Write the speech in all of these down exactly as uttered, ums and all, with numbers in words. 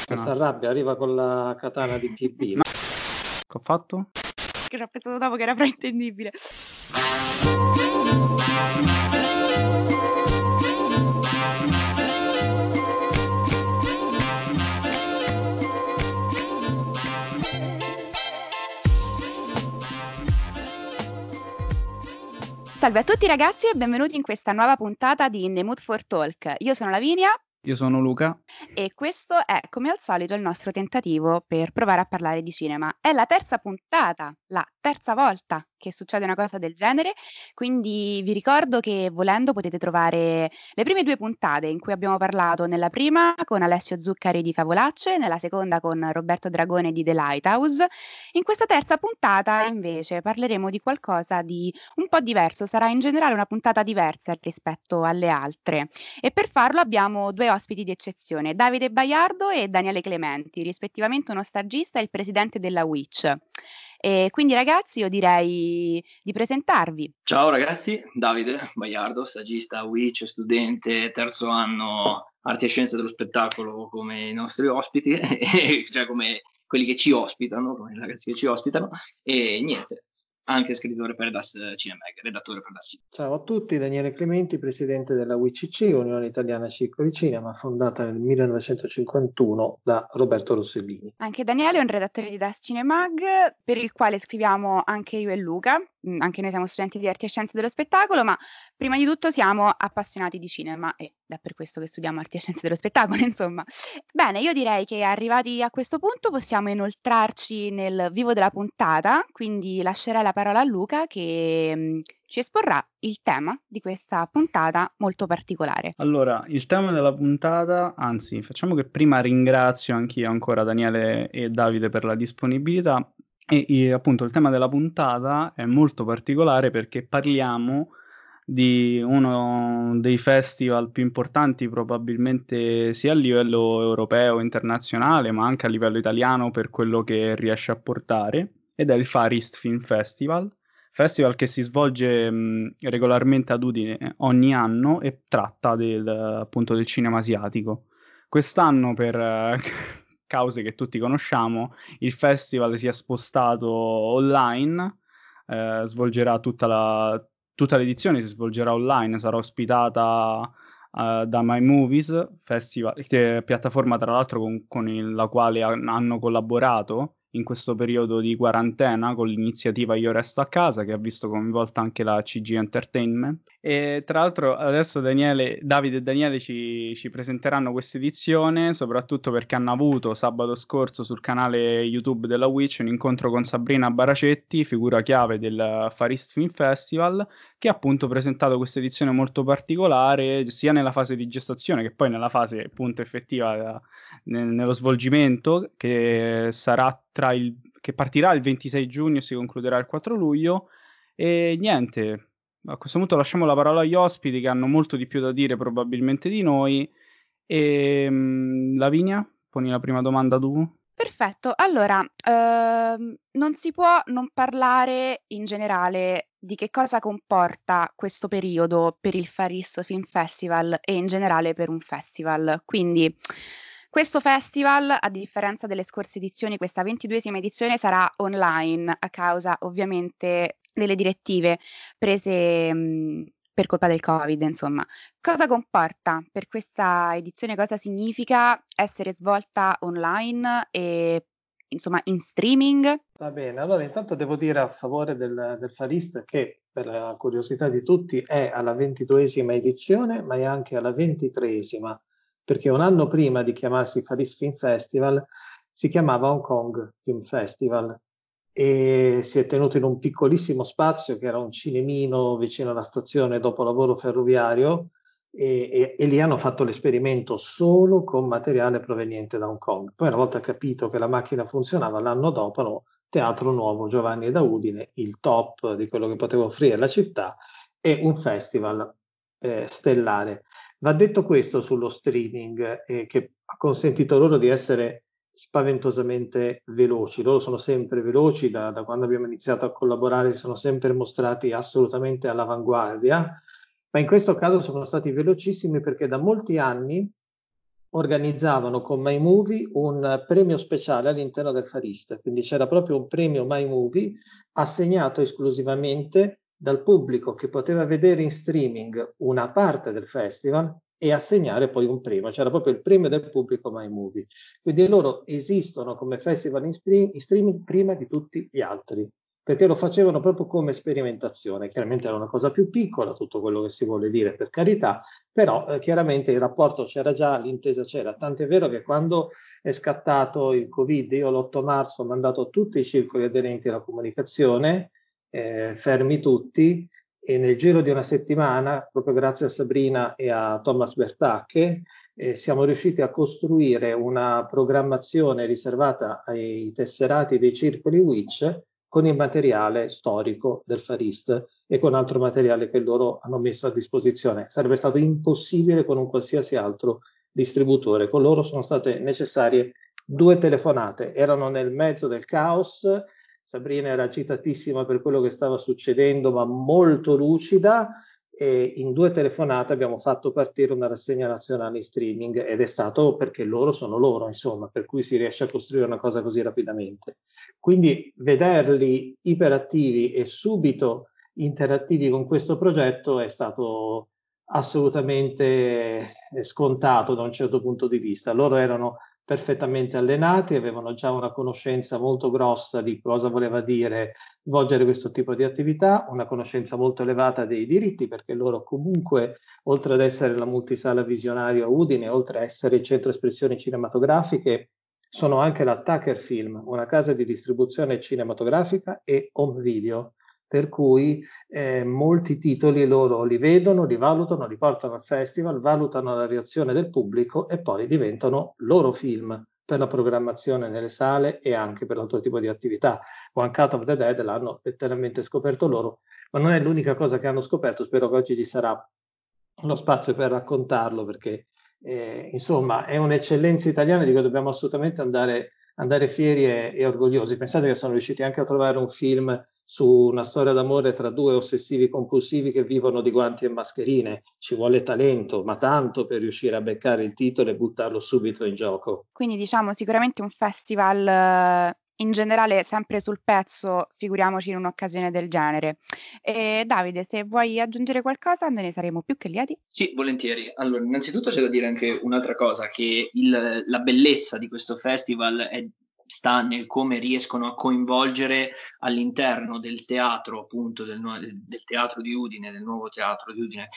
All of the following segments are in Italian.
Si arrabbia, arriva con la katana di Kill Bill. No. Che ho fatto? Che ho pensato dopo che era fraintendibile. Salve a tutti ragazzi e benvenuti in questa nuova puntata di In the Mood for Talk. Io sono Lavinia. Io sono Luca. E questo è, come al solito, il nostro tentativo per provare a parlare di cinema. È la terza puntata, la terza volta che succede una cosa del genere, quindi vi ricordo che volendo potete trovare le prime due puntate in cui abbiamo parlato, nella prima con Alessio Zuccari di Favolacce, nella seconda con Roberto Dragone di The Lighthouse. In questa terza puntata invece parleremo di qualcosa di un po' diverso, sarà in generale una puntata diversa rispetto alle altre e per farlo abbiamo due ospiti di eccezione, Davide Baiardo e Daniele Clementi, rispettivamente uno stagista e il presidente della Witch. E quindi ragazzi io direi di presentarvi. Ciao ragazzi, Davide Baiardo, stagista Witch, studente, terzo anno arti e scienze dello spettacolo come i nostri ospiti, cioè come quelli che ci ospitano, come i ragazzi che ci ospitano, e niente, anche scrittore per Das Cinemag, redattore per Das. Ciao a tutti, Daniele Clementi, presidente della U I C C, Unione Italiana Circoli Cinema, fondata nel millenovecentocinquantuno da Roberto Rossellini. Anche Daniele è un redattore di Das Cinemag, per il quale scriviamo anche io e Luca, anche noi siamo studenti di arti e scienze dello spettacolo, ma prima di tutto siamo appassionati di cinema ed è per questo che studiamo arti e scienze dello spettacolo, insomma. Bene, io direi che arrivati a questo punto possiamo inoltrarci nel vivo della puntata, quindi lascerei la parola a Luca che mh, ci esporrà il tema di questa puntata molto particolare. Allora, il tema della puntata, anzi, facciamo che prima ringrazio anch'io ancora Daniele e Davide per la disponibilità. E, e appunto il tema della puntata è molto particolare perché parliamo di uno dei festival più importanti probabilmente sia a livello europeo, internazionale, ma anche a livello italiano per quello che riesce a portare, ed è il Far East Film Festival, festival che si svolge mh, regolarmente ad Udine ogni anno e tratta del, appunto del cinema asiatico. Quest'anno per... Uh, cause che tutti conosciamo, il festival si è spostato online, eh, svolgerà tutta, la, tutta l'edizione, si svolgerà online, sarà ospitata uh, da My Movies, festival, che, piattaforma tra l'altro con, con il, la quale han, hanno collaborato in questo periodo di quarantena con l'iniziativa Io Resto a Casa, che ha visto coinvolta anche la C G Entertainment. E tra l'altro adesso Daniele, Davide e Daniele ci, ci presenteranno questa edizione, soprattutto perché hanno avuto sabato scorso sul canale YouTube della Witch un incontro con Sabrina Baracetti, figura chiave del Far East Film Festival, che ha appunto presentato questa edizione molto particolare, sia nella fase di gestazione che poi nella fase appunto effettiva, nel, nello svolgimento, che sarà tra il che partirà il ventisei giugno e si concluderà il quattro luglio. E niente, a questo punto lasciamo la parola agli ospiti che hanno molto di più da dire probabilmente di noi. E um, Lavinia, poni la prima domanda tu. Perfetto, allora ehm, non si può non parlare in generale di che cosa comporta questo periodo per il Far East Film Festival e in generale per un festival. Quindi questo festival, a differenza delle scorse edizioni, questa ventiduesima edizione sarà online a causa ovviamente delle direttive prese mh, per colpa del Covid, insomma. Cosa comporta per questa edizione, cosa significa essere svolta online e insomma in streaming? Va bene, allora intanto devo dire a favore del, del Far East che per la curiosità di tutti è alla ventiduesima edizione, ma è anche alla ventitreesima, perché un anno prima di chiamarsi Far East Film Festival si chiamava Hong Kong Film Festival e si è tenuto in un piccolissimo spazio che era un cinemino vicino alla stazione dopolavoro ferroviario e, e, e lì hanno fatto l'esperimento solo con materiale proveniente da Hong Kong. Poi una volta capito che la macchina funzionava, l'anno dopo no, Teatro Nuovo Giovanni da Udine, il top di quello che poteva offrire la città, e un festival eh, stellare. Va detto questo sullo streaming, eh, che ha consentito loro di essere spaventosamente veloci. Loro sono sempre veloci, da, da quando abbiamo iniziato a collaborare si sono sempre mostrati assolutamente all'avanguardia, ma in questo caso sono stati velocissimi perché da molti anni organizzavano con My Movie un premio speciale all'interno del Far East, quindi c'era proprio un premio My Movie assegnato esclusivamente dal pubblico che poteva vedere in streaming una parte del festival e assegnare poi un premio, c'era proprio il premio del pubblico My Movie. Quindi loro esistono come festival in, stream, in streaming prima di tutti gli altri, perché lo facevano proprio come sperimentazione. Chiaramente era una cosa più piccola, tutto quello che si vuole dire, per carità, però eh, chiaramente il rapporto c'era già, l'intesa c'era, tant'è vero che quando è scattato il Covid, io l'otto marzo ho mandato a tutti i circoli aderenti alla comunicazione, eh, fermi tutti, e nel giro di una settimana, proprio grazie a Sabrina e a Thomas Bertacche, eh, siamo riusciti a costruire una programmazione riservata ai tesserati dei circoli Witch con il materiale storico del Far East e con altro materiale che loro hanno messo a disposizione. Sarebbe stato impossibile con un qualsiasi altro distributore. Con loro sono state necessarie due telefonate, erano nel mezzo del caos. Sabrina era agitatissima per quello che stava succedendo, ma molto lucida, e in due telefonate abbiamo fatto partire una rassegna nazionale in streaming, ed è stato perché loro sono loro, insomma, per cui si riesce a costruire una cosa così rapidamente. Quindi vederli iperattivi e subito interattivi con questo progetto è stato assolutamente scontato da un certo punto di vista. Loro erano perfettamente allenati, avevano già una conoscenza molto grossa di cosa voleva dire svolgere questo tipo di attività, una conoscenza molto elevata dei diritti, perché loro comunque, oltre ad essere la multisala visionario a Udine, oltre a essere il centro espressioni cinematografiche, sono anche la Tucker Film, una casa di distribuzione cinematografica e home video, per cui eh, molti titoli loro li vedono, li valutano, li portano al festival, valutano la reazione del pubblico e poi diventano loro film per la programmazione nelle sale e anche per l'altro tipo di attività. One Cut of the Dead l'hanno letteralmente scoperto loro, ma non è l'unica cosa che hanno scoperto. Spero che oggi ci sarà lo spazio per raccontarlo, perché eh, insomma è un'eccellenza italiana di cui dobbiamo assolutamente andare, andare fieri e, e orgogliosi. Pensate che sono riusciti anche a trovare un film su una storia d'amore tra due ossessivi compulsivi che vivono di guanti e mascherine. Ci vuole talento, ma tanto, per riuscire a beccare il titolo e buttarlo subito in gioco. Quindi diciamo sicuramente un festival eh, in generale sempre sul pezzo, figuriamoci in un'occasione del genere. E Davide, se vuoi aggiungere qualcosa, noi ne saremo più che lieti. Sì, volentieri. Allora, innanzitutto c'è da dire anche un'altra cosa, che il, la bellezza di questo festival è sta nel come riescono a coinvolgere all'interno del teatro, appunto del, del teatro di Udine, del nuovo teatro di Udine,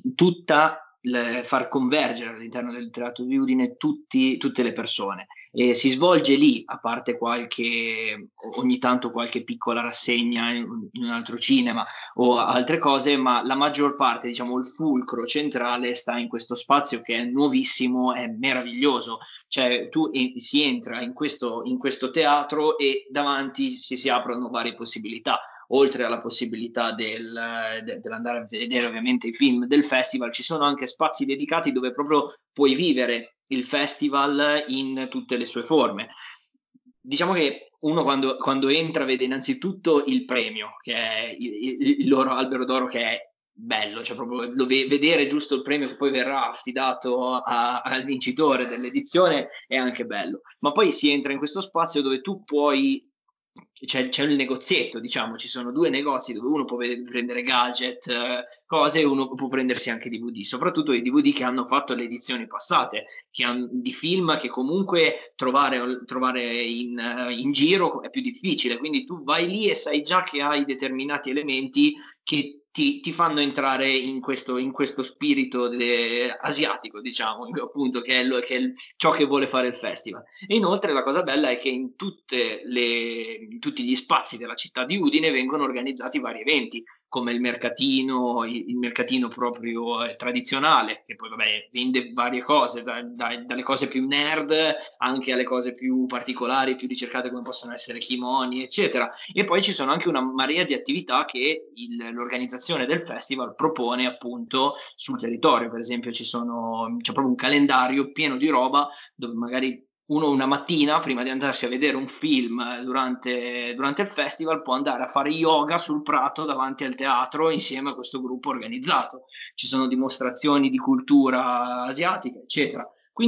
tutta le, far convergere all'interno del teatro di Udine tutti, tutte le persone. E si svolge lì, a parte qualche ogni tanto qualche piccola rassegna in, in un altro cinema o altre cose, ma la maggior parte, diciamo, il fulcro centrale sta in questo spazio che è nuovissimo, è meraviglioso. Cioè tu e, si entra in questo, in questo teatro e davanti si, si aprono varie possibilità. Oltre alla possibilità del, de, dell'andare a vedere ovviamente i film del festival, ci sono anche spazi dedicati dove proprio puoi vivere il festival in tutte le sue forme. Diciamo che uno quando, quando entra vede innanzitutto il premio, che è il, il, il loro albero d'oro, che è bello, cioè proprio lo ve- vedere giusto il premio che poi verrà affidato a, al vincitore dell'edizione è anche bello. Ma poi si entra in questo spazio dove tu puoi C'è, c'è il negozietto, diciamo, ci sono due negozi dove uno può prendere gadget, eh, cose, e uno può prendersi anche D V D, soprattutto i D V D che hanno fatto le edizioni passate, che hanno, di film che comunque trovare, trovare in, in giro è più difficile, quindi tu vai lì e sai già che hai determinati elementi che Ti, ti fanno entrare in questo, in questo spirito de, asiatico, diciamo, appunto, che è, lo, che è il, ciò che vuole fare il festival. E inoltre la cosa bella è che in, tutte le, in tutti gli spazi della città di Udine vengono organizzati vari eventi, come il mercatino, il, il mercatino proprio eh, tradizionale, che poi vabbè vende varie cose, da, da, dalle cose più nerd anche alle cose più particolari, più ricercate, come possono essere kimoni, eccetera. E poi ci sono anche una marea di attività che il, l'organizzazione del festival propone appunto sul territorio. Per esempio ci sono, c'è proprio un calendario pieno di roba dove magari uno una mattina, prima di andarsi a vedere un film durante, durante il festival, può andare a fare yoga sul prato davanti al teatro insieme a questo gruppo organizzato. Ci sono dimostrazioni di cultura asiatica, eccetera. Quindi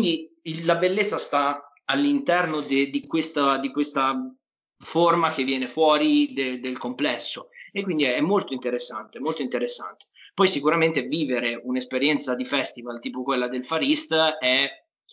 il, la bellezza sta all'interno de, di, questa, di questa forma che viene fuori de, del complesso, e quindi è molto interessante, molto interessante. Poi sicuramente vivere un'esperienza di festival tipo quella del Far East è,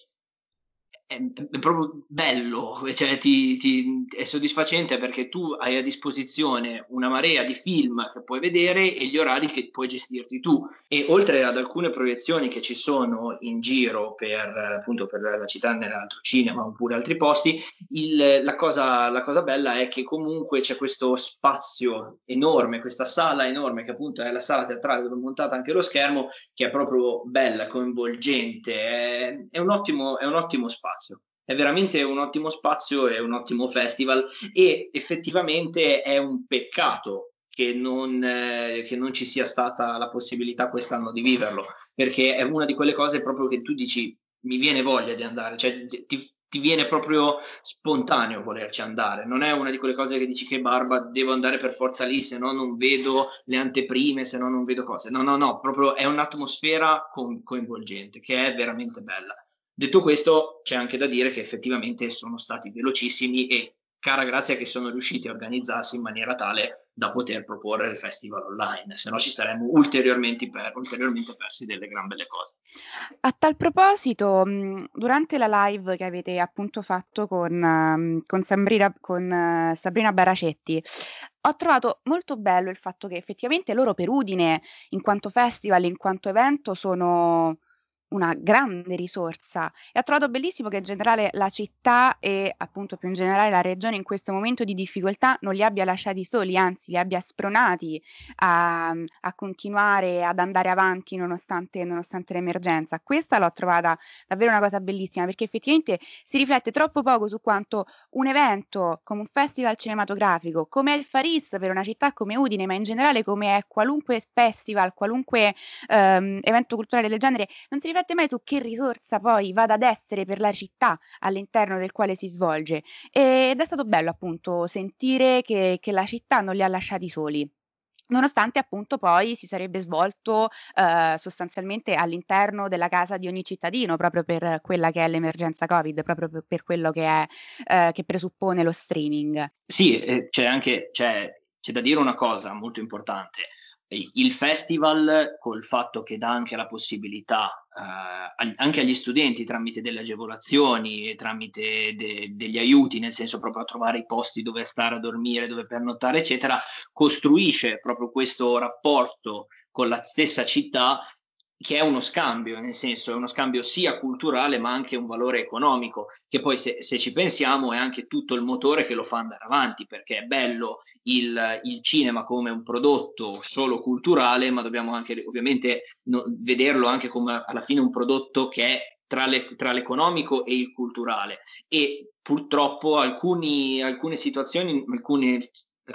è, è proprio bello, cioè ti, ti, è soddisfacente perché tu hai a disposizione una marea di film che puoi vedere e gli orari che puoi gestirti tu, e oltre ad alcune proiezioni che ci sono in giro per, appunto, per la città, nell'altro cinema oppure altri posti, il, la, cosa, la cosa bella è che comunque c'è questo spazio enorme, questa sala enorme che appunto è la sala teatrale dove è montata anche lo schermo, che è proprio bella, coinvolgente, è, è un ottimo, è un ottimo spazio. È veramente un ottimo spazio e un ottimo festival, e effettivamente è un peccato che non, eh, che non ci sia stata la possibilità quest'anno di viverlo, perché è una di quelle cose proprio che tu dici mi viene voglia di andare, cioè ti, ti viene proprio spontaneo volerci andare, non è una di quelle cose che dici che barba, devo andare per forza lì, se no non vedo le anteprime, se no non vedo cose, no no no, proprio è un'atmosfera co- coinvolgente che è veramente bella. Detto questo, c'è anche da dire che effettivamente sono stati velocissimi e cara grazia che sono riusciti a organizzarsi in maniera tale da poter proporre il festival online, se no ci saremmo ulteriormente, per, ulteriormente persi delle gran belle cose. A tal proposito, mh, durante la live che avete appunto fatto con, um, con, Sabrina, con uh, Sabrina Baracetti, ho trovato molto bello il fatto che effettivamente loro per Udine, in quanto festival, in quanto evento, sono una grande risorsa, e ho trovato bellissimo che in generale la città e appunto più in generale la regione in questo momento di difficoltà non li abbia lasciati soli, anzi li abbia spronati a, a continuare ad andare avanti nonostante, nonostante l'emergenza. Questa l'ho trovata davvero una cosa bellissima, perché effettivamente si riflette troppo poco su quanto un evento come un festival cinematografico, come è il Far East per una città come Udine, ma in generale come è qualunque festival, qualunque ehm, evento culturale del genere, non si riflette mai su che risorsa poi vada ad essere per la città all'interno del quale si svolge, ed è stato bello appunto sentire che, che la città non li ha lasciati soli, nonostante appunto poi si sarebbe svolto eh, sostanzialmente all'interno della casa di ogni cittadino, proprio per quella che è l'emergenza Covid, proprio per, per quello che è eh, che presuppone lo streaming. Sì, eh, c'è anche c'è, c'è da dire una cosa molto importante. Il festival, col fatto che dà anche la possibilità eh, anche agli studenti tramite delle agevolazioni, tramite de- degli aiuti, nel senso proprio a trovare i posti dove stare a dormire, dove pernottare, eccetera, costruisce proprio questo rapporto con la stessa città, che è uno scambio, nel senso è uno scambio sia culturale ma anche un valore economico, che poi se, se ci pensiamo è anche tutto il motore che lo fa andare avanti, perché è bello il, il cinema come un prodotto solo culturale, ma dobbiamo anche ovviamente no, vederlo anche come alla fine un prodotto che è tra, le, tra l'economico e il culturale, e purtroppo alcuni, alcune situazioni, alcune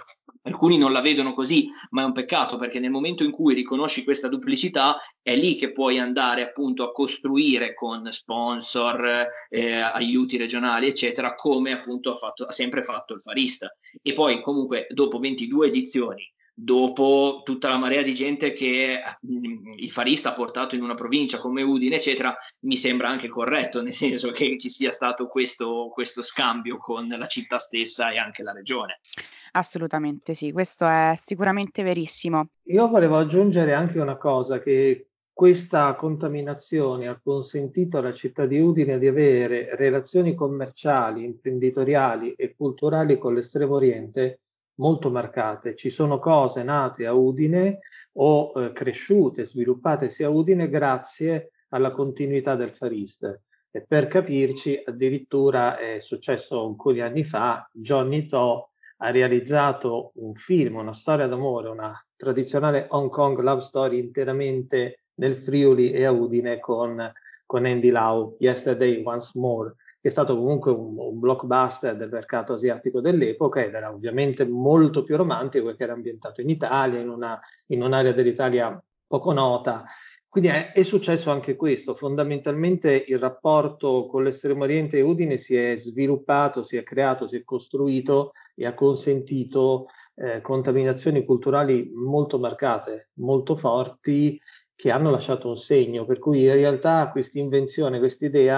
alcuni non la vedono così, ma è un peccato, perché nel momento in cui riconosci questa duplicità è lì che puoi andare appunto a costruire con sponsor, eh, aiuti regionali eccetera, come appunto ha, fatto, ha sempre fatto il Far East. E poi comunque dopo ventidue edizioni, dopo tutta la marea di gente che mh, il Far East ha portato in una provincia come Udine eccetera, mi sembra anche corretto, nel senso che ci sia stato questo, questo scambio con la città stessa e anche la regione. Assolutamente sì, questo è sicuramente verissimo. Io volevo aggiungere anche una cosa, che questa contaminazione ha consentito alla città di Udine di avere relazioni commerciali, imprenditoriali e culturali con l'Estremo Oriente molto marcate. Ci sono cose nate a Udine o eh, cresciute, sviluppate sia a Udine grazie alla continuità del Far East. E per capirci, addirittura è successo alcuni anni fa, Johnny To ha realizzato un film, una storia d'amore, una tradizionale Hong Kong love story interamente nel Friuli e a Udine con, con Andy Lau, Yesterday Once More, che è stato comunque un, un blockbuster del mercato asiatico dell'epoca ed era ovviamente molto più romantico perché era ambientato in Italia, in, una, in un'area dell'Italia poco nota. Quindi è, è successo anche questo, fondamentalmente il rapporto con l'Estremo Oriente e Udine si è sviluppato, si è creato, si è costruito e ha consentito eh, contaminazioni culturali molto marcate, molto forti, che hanno lasciato un segno, per cui in realtà questa invenzione, questa idea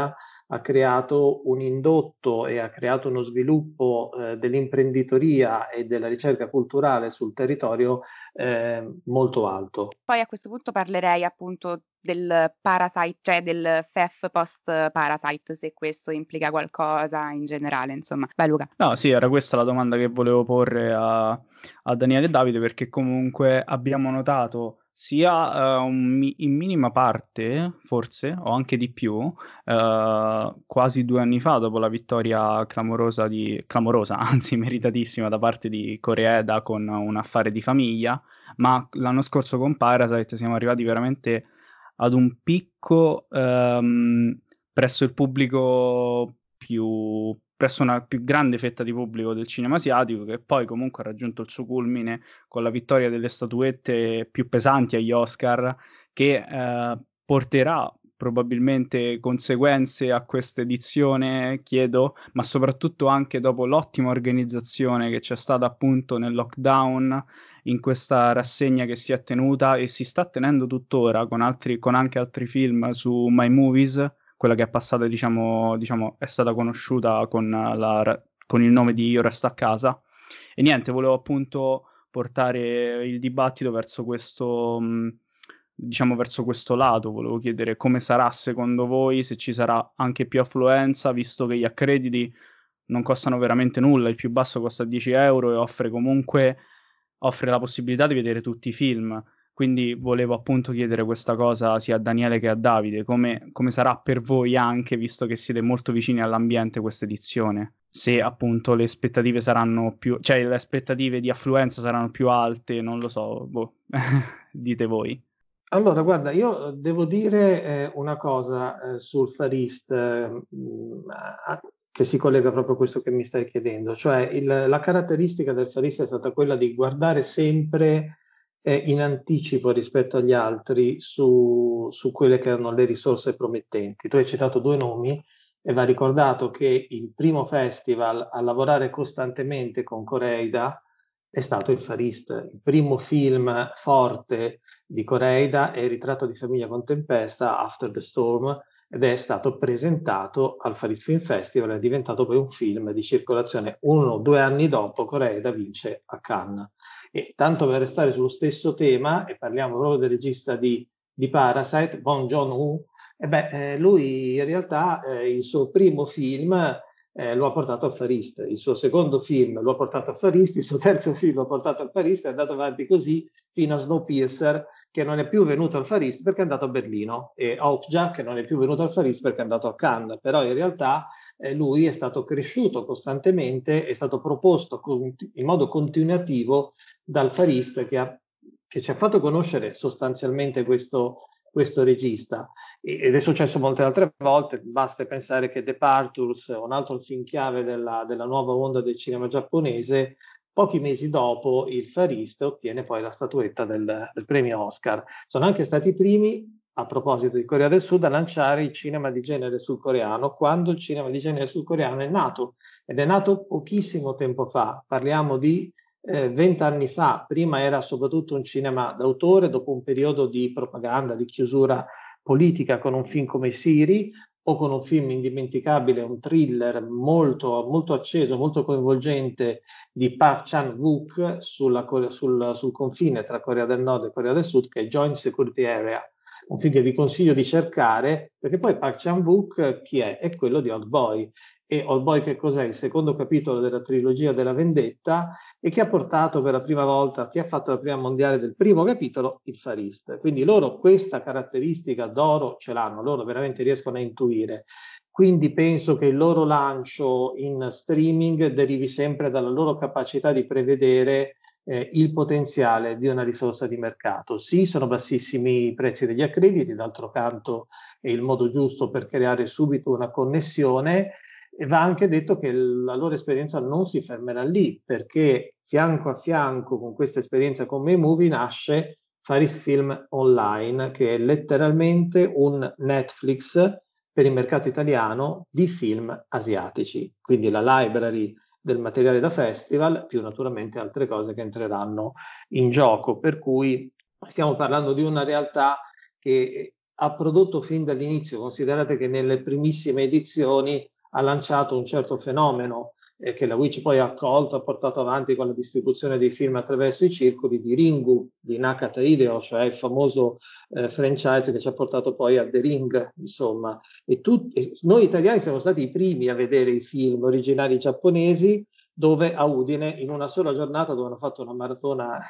ha creato un indotto e ha creato uno sviluppo eh, dell'imprenditoria e della ricerca culturale sul territorio eh, molto alto. Poi a questo punto parlerei appunto del Parasite, cioè del F E F post Parasite, se questo implica qualcosa in generale, insomma. Vai Luca. No, sì, era questa la domanda che volevo porre a, a Daniele e Davide, perché comunque abbiamo notato sia uh, un mi- in minima parte, forse, o anche di più, uh, quasi due anni fa, dopo la vittoria clamorosa, di, clamorosa, anzi meritatissima da parte di Koreeda con Un affare di famiglia, ma l'anno scorso con Parasite siamo arrivati veramente ad un picco um, presso il pubblico più presso una più grande fetta di pubblico del cinema asiatico, che poi comunque ha raggiunto il suo culmine con la vittoria delle statuette più pesanti agli Oscar, che eh, porterà probabilmente conseguenze a questa edizione, chiedo, ma soprattutto anche dopo l'ottima organizzazione che c'è stata appunto nel lockdown, in questa rassegna che si è tenuta e si sta tenendo tuttora con, altri, con anche altri film su My Movies, quella che è passata, diciamo, diciamo è stata conosciuta con, la, con il nome di Io resto a casa. E niente, volevo appunto portare il dibattito verso questo, mh, diciamo, verso questo lato. Volevo chiedere come sarà secondo voi, se ci sarà anche più affluenza, visto che gli accrediti non costano veramente nulla, il più basso costa dieci euro e offre comunque offre la possibilità di vedere tutti i film. Quindi volevo appunto chiedere questa cosa sia a Daniele che a Davide, come, come sarà per voi anche, visto che siete molto vicini all'ambiente questa edizione, se appunto le aspettative saranno più, cioè le aspettative di affluenza saranno più alte, non lo so, boh. Dite voi. Allora, guarda, io devo dire eh, una cosa eh, sul Far East eh, mh, che si collega proprio a questo che mi stai chiedendo, cioè il, la caratteristica del Far East è stata quella di guardare sempre eh, in anticipo rispetto agli altri su, su quelle che erano le risorse promettenti. Tu hai citato due nomi e va ricordato che il primo festival a lavorare costantemente con Koreeda è stato il Far East, il primo film forte di Koreeda è Il ritratto di famiglia con tempesta, After the Storm, ed è stato presentato al Far East Film Festival, è diventato poi un film di circolazione. Uno o due anni dopo Koreeda vince a Cannes. E tanto per restare sullo stesso tema, e parliamo proprio del regista di, di Parasite, Bong Joon-ho, e beh, eh, lui in realtà eh, il suo primo film eh, lo ha portato al Far East, il suo secondo film lo ha portato al Far East, il suo terzo film lo ha portato al Far East, è andato avanti così fino a Snowpiercer, che non è più venuto al Far East perché è andato a Berlino, e Okja, che non è più venuto al Far East perché è andato a Cannes, però in realtà eh, lui è stato cresciuto costantemente, è stato proposto in modo continuativo dal Far East, che, ha, che ci ha fatto conoscere sostanzialmente questo, questo regista. Ed è successo molte altre volte, basta pensare che Departures, un altro film chiave della, della nuova onda del cinema giapponese, pochi mesi dopo il Far East ottiene poi la statuetta del, del premio Oscar. Sono anche stati i primi, a proposito di Corea del Sud, a lanciare il cinema di genere sudcoreano quando il cinema di genere sudcoreano è nato, ed è nato pochissimo tempo fa, parliamo di vent'anni eh, fa. Prima era soprattutto un cinema d'autore, dopo un periodo di propaganda, di chiusura politica con un film come Siri, o con un film indimenticabile, un thriller molto, molto acceso, molto coinvolgente di Park Chan-wook sulla, sul, sul confine tra Corea del Nord e Corea del Sud, che è Joint Security Area, un film che vi consiglio di cercare, perché poi Park Chan-wook chi è? È quello di Old Boy. E Old Boy che cos'è? Il secondo capitolo della trilogia della vendetta, e che ha portato per la prima volta, chi ha fatto la prima mondiale del primo capitolo, il Far East. Quindi loro questa caratteristica d'oro ce l'hanno, loro veramente riescono a intuire. Quindi penso che il loro lancio in streaming derivi sempre dalla loro capacità di prevedere eh, il potenziale di una risorsa di mercato. Sì, sono bassissimi i prezzi degli accrediti, d'altro canto è il modo giusto per creare subito una connessione. E va anche detto che la loro esperienza non si fermerà lì, perché fianco a fianco con questa esperienza con MayMovie nasce Far East Film Online, che è letteralmente un Netflix per il mercato italiano di film asiatici. Quindi la library del materiale da festival, più naturalmente altre cose che entreranno in gioco. Per cui stiamo parlando di una realtà che ha prodotto fin dall'inizio. Considerate che nelle primissime edizioni ha lanciato un certo fenomeno eh, che la Witch poi ha accolto, ha portato avanti con la distribuzione dei film attraverso i circoli di Ringu, di Nakata Hideo, cioè il famoso eh, franchise che ci ha portato poi a The Ring, insomma. E, tu, e noi italiani siamo stati i primi a vedere i film originali giapponesi, dove a Udine in una sola giornata, dove hanno fatto una maratona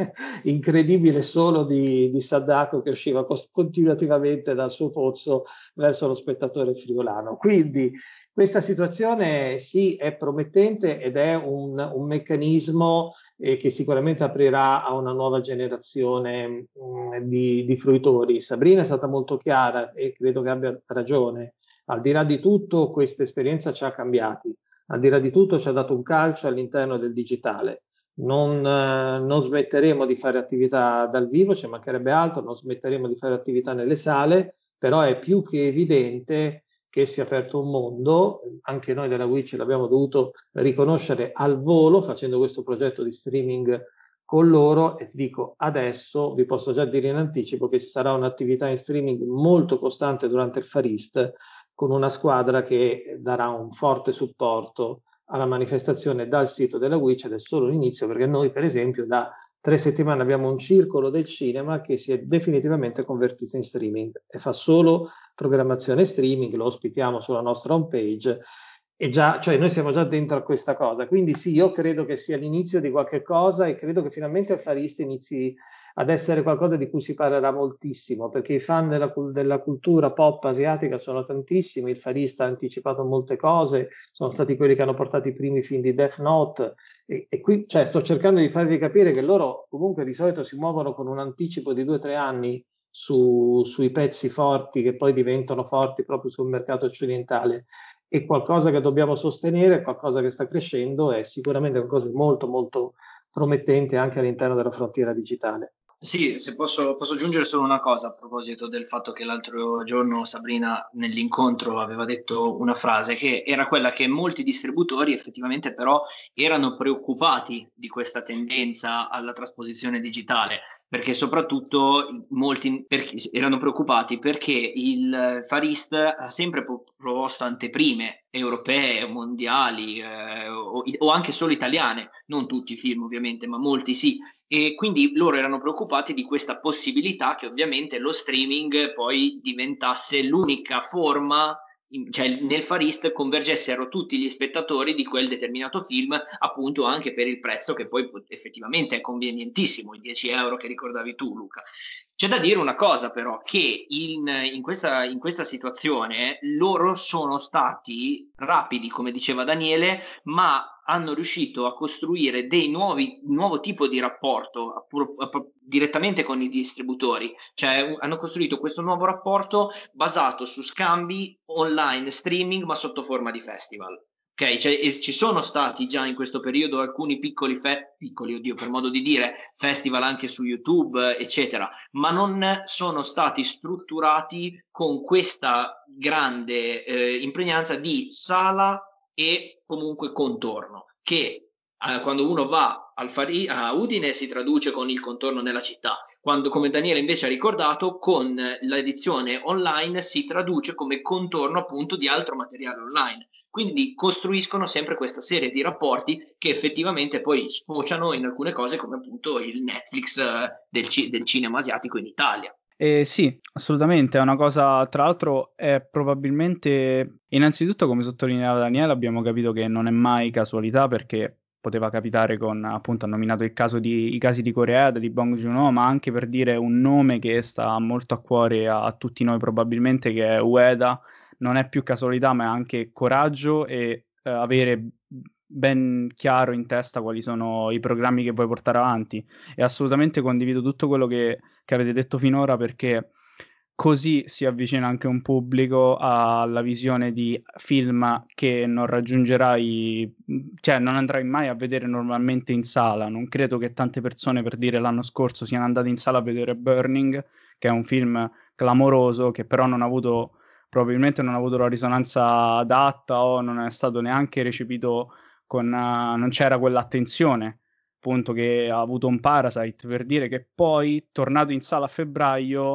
incredibile solo di, di Sadako che usciva continuativamente dal suo pozzo verso lo spettatore friulano. Quindi questa situazione sì è promettente ed è un, un meccanismo eh, che sicuramente aprirà a una nuova generazione mh, di, di fruitori. Sabrina è stata molto chiara e credo che abbia ragione. Al di là di tutto, questa esperienza ci ha cambiati. Al di là di tutto ci ha dato un calcio all'interno del digitale. Non, eh, non smetteremo di fare attività dal vivo, ci mancherebbe altro, non smetteremo di fare attività nelle sale, però è più che evidente che si è aperto un mondo. Anche noi della Witch l'abbiamo dovuto riconoscere al volo facendo questo progetto di streaming con loro, e ti dico adesso, vi posso già dire in anticipo che ci sarà un'attività in streaming molto costante durante il Far East, con una squadra che darà un forte supporto alla manifestazione dal sito della Witch, ed è solo l'inizio, perché noi per esempio da tre settimane abbiamo un circolo del cinema che si è definitivamente convertito in streaming e fa solo programmazione streaming, lo ospitiamo sulla nostra homepage e già, cioè noi siamo già dentro a questa cosa, quindi sì, io credo che sia l'inizio di qualche cosa e credo che finalmente il Far East inizi ad essere qualcosa di cui si parlerà moltissimo, perché i fan della, della cultura pop asiatica sono tantissimi, il Far East ha anticipato molte cose, sono stati quelli che hanno portato i primi film di Death Note, e, e qui cioè, sto cercando di farvi capire che loro comunque di solito si muovono con un anticipo di due o tre anni su, sui pezzi forti che poi diventano forti proprio sul mercato occidentale. È qualcosa che dobbiamo sostenere, qualcosa che sta crescendo, è sicuramente qualcosa di molto molto promettente anche all'interno della frontiera digitale. Sì, se posso, posso aggiungere solo una cosa a proposito del fatto che l'altro giorno Sabrina nell'incontro aveva detto una frase che era quella che molti distributori effettivamente però erano preoccupati di questa tendenza alla trasposizione digitale, perché soprattutto molti perché erano preoccupati perché il Far East ha sempre proposto anteprime europee, mondiali eh, o, o anche solo italiane, non tutti i film ovviamente, ma molti sì. E quindi loro erano preoccupati di questa possibilità che ovviamente lo streaming poi diventasse l'unica forma, cioè nel Far East convergessero tutti gli spettatori di quel determinato film, appunto anche per il prezzo che poi effettivamente è convenientissimo, i dieci euro che ricordavi tu, Luca. C'è da dire una cosa però, che in, in, questa, in questa situazione loro sono stati rapidi, come diceva Daniele, ma hanno riuscito a costruire dei nuovi, nuovo tipo di rapporto a, a, a, direttamente con i distributori, cioè hanno costruito questo nuovo rapporto basato su scambi online, streaming, ma sotto forma di festival. Ok, cioè, ci sono stati già in questo periodo alcuni piccoli, fe- piccoli, oddio, per modo di dire, festival anche su YouTube, eccetera, ma non sono stati strutturati con questa grande eh, impregnanza di sala e comunque contorno, che eh, quando uno va al Fari- a Udine si traduce con il contorno nella città, quando, come Daniele invece ha ricordato, con l'edizione online si traduce come contorno appunto di altro materiale online. Quindi costruiscono sempre questa serie di rapporti che effettivamente poi sfociano in alcune cose come appunto il Netflix eh, del, ci- del cinema asiatico in Italia. Eh, sì, assolutamente, è una cosa, tra l'altro è probabilmente, innanzitutto come sottolineava Daniele, abbiamo capito che non è mai casualità perché poteva capitare con, appunto, ha nominato il caso di, i casi di Corea, di Bong Joon-ho, ma anche per dire un nome che sta molto a cuore a, a tutti noi probabilmente, che è Ueda. Non è più casualità, ma è anche coraggio e eh, avere ben chiaro in testa quali sono i programmi che vuoi portare avanti. E assolutamente condivido tutto quello che, che avete detto finora, perché così si avvicina anche un pubblico alla visione di film che non raggiungerai, cioè non andrai mai a vedere normalmente in sala. Non credo che tante persone, per dire, l'anno scorso siano andate in sala a vedere Burning, che è un film clamoroso, che però non ha avuto, probabilmente non ha avuto la risonanza adatta o non è stato neanche recepito con, uh, non c'era quell'attenzione appunto che ha avuto un Parasite, per dire che poi, tornato in sala a febbraio,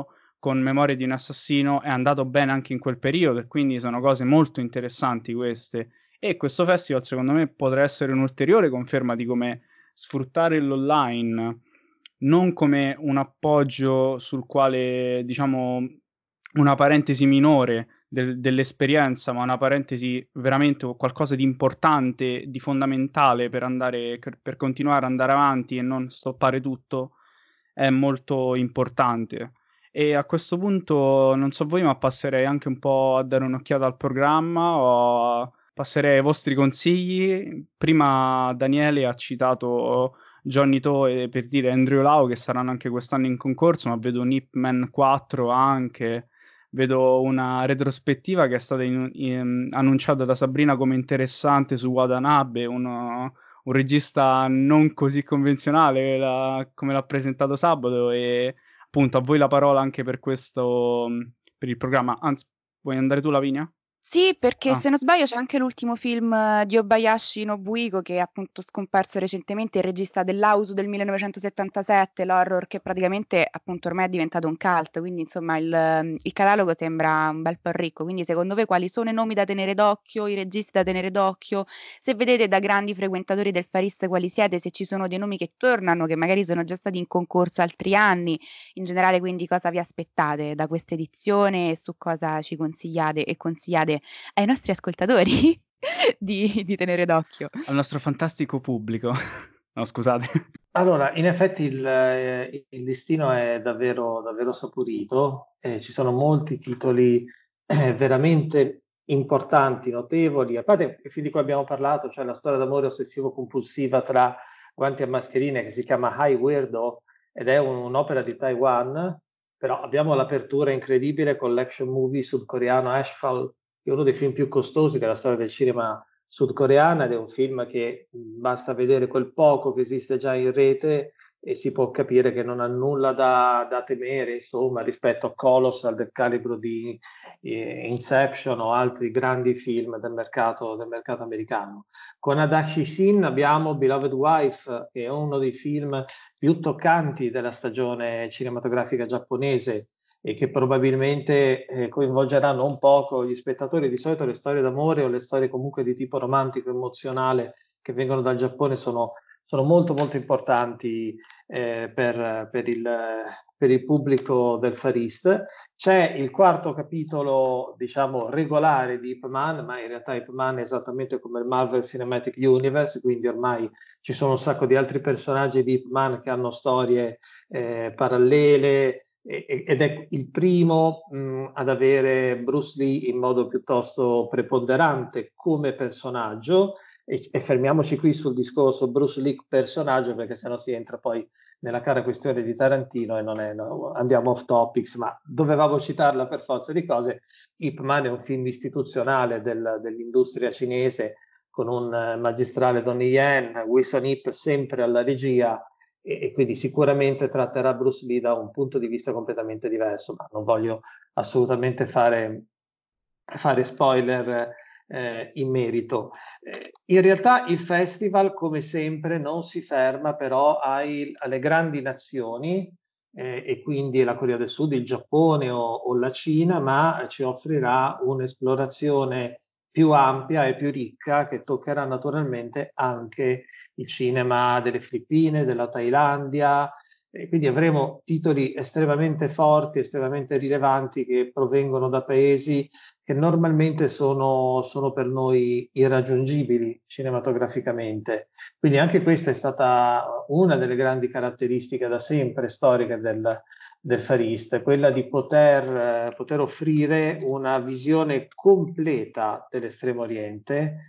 con Memorie di un assassino è andato bene anche in quel periodo, e quindi sono cose molto interessanti queste. E questo festival secondo me potrà essere un'ulteriore conferma di come sfruttare l'online non come un appoggio sul quale, diciamo, una parentesi minore del dell'esperienza, ma una parentesi veramente o qualcosa di importante, di fondamentale per andare per continuare ad andare avanti e non stoppare tutto, è molto importante. E a questo punto, non so voi, ma passerei anche un po' a dare un'occhiata al programma, o passerei ai vostri consigli. Prima Daniele ha citato Johnny To e per dire Andrew Lau, che saranno anche quest'anno in concorso, ma vedo un Ip Man quattro anche, vedo una retrospettiva che è stata in, in, annunciata da Sabrina come interessante su Watanabe, uno, un regista non così convenzionale la, come l'ha presentato Sabato, e appunto a voi la parola anche per questo, per il programma. Anzi, vuoi andare tu, Lavinia? Sì, perché Ah. se non sbaglio c'è anche l'ultimo film eh, di Obayashi Nobuiko, che è appunto scomparso recentemente, il regista dell'Auto del millenovecentosettantasette, l'horror che praticamente appunto ormai è diventato un cult, quindi insomma il, ehm, il catalogo sembra un bel po' ricco. Quindi secondo voi quali sono i nomi da tenere d'occhio, i registi da tenere d'occhio? Se vedete da grandi frequentatori del Far East quali siete, se ci sono dei nomi che tornano, che magari sono già stati in concorso altri anni, in generale quindi cosa vi aspettate da questa edizione e su cosa ci consigliate e consigliate ai nostri ascoltatori di, di tenere d'occhio. Al nostro fantastico pubblico. No, scusate. Allora, in effetti il, eh, il listino è davvero, davvero saporito, eh, ci sono molti titoli eh, veramente importanti, notevoli, a parte il film di cui abbiamo parlato, cioè la storia d'amore ossessivo-compulsiva tra Guanti e Mascherine, che si chiama High Weirdo, ed è un- un'opera di Taiwan, però abbiamo l'apertura incredibile con l'action movie sudcoreano Ashfall, che è uno dei film più costosi della storia del cinema sudcoreana, ed è un film che mh, basta vedere quel poco che esiste già in rete e si può capire che non ha nulla da, da temere, insomma, rispetto a Colossal del calibro di eh, Inception o altri grandi film del mercato, del mercato americano. Con Adachi Shin abbiamo Beloved Wife, che è uno dei film più toccanti della stagione cinematografica giapponese, e che probabilmente eh, coinvolgerà non poco gli spettatori. Di solito le storie d'amore o le storie comunque di tipo romantico, emozionale, che vengono dal Giappone sono, sono molto molto importanti eh, per, per, il, per il pubblico del Far East. C'è il quarto capitolo, diciamo, regolare di Ip Man, ma in realtà Ip Man è esattamente come il Marvel Cinematic Universe, quindi ormai ci sono un sacco di altri personaggi di Ip Man che hanno storie eh, parallele, ed è il primo mh, ad avere Bruce Lee in modo piuttosto preponderante come personaggio, e, e fermiamoci qui sul discorso Bruce Lee personaggio, perché sennò si entra poi nella cara questione di Tarantino e non è, no, andiamo off topics, ma dovevamo citarla per forza di cose. Ip Man è un film istituzionale del, dell'industria cinese, con un uh, magistrale Donnie Yen, Wilson Yip sempre alla regia, e, e quindi sicuramente tratterà Bruce Lee da un punto di vista completamente diverso, ma non voglio assolutamente fare, fare spoiler eh, in merito. Eh, in realtà il festival, come sempre, non si ferma però ai, alle grandi nazioni, eh, e quindi la Corea del Sud, il Giappone o, o la Cina, ma ci offrirà un'esplorazione più ampia e più ricca, che toccherà naturalmente anche il cinema delle Filippine, della Thailandia, e quindi avremo titoli estremamente forti, estremamente rilevanti, che provengono da paesi che normalmente sono, sono per noi irraggiungibili cinematograficamente. Quindi anche questa è stata una delle grandi caratteristiche da sempre storiche del, del Far East, quella di poter, eh, poter offrire una visione completa dell'Estremo Oriente,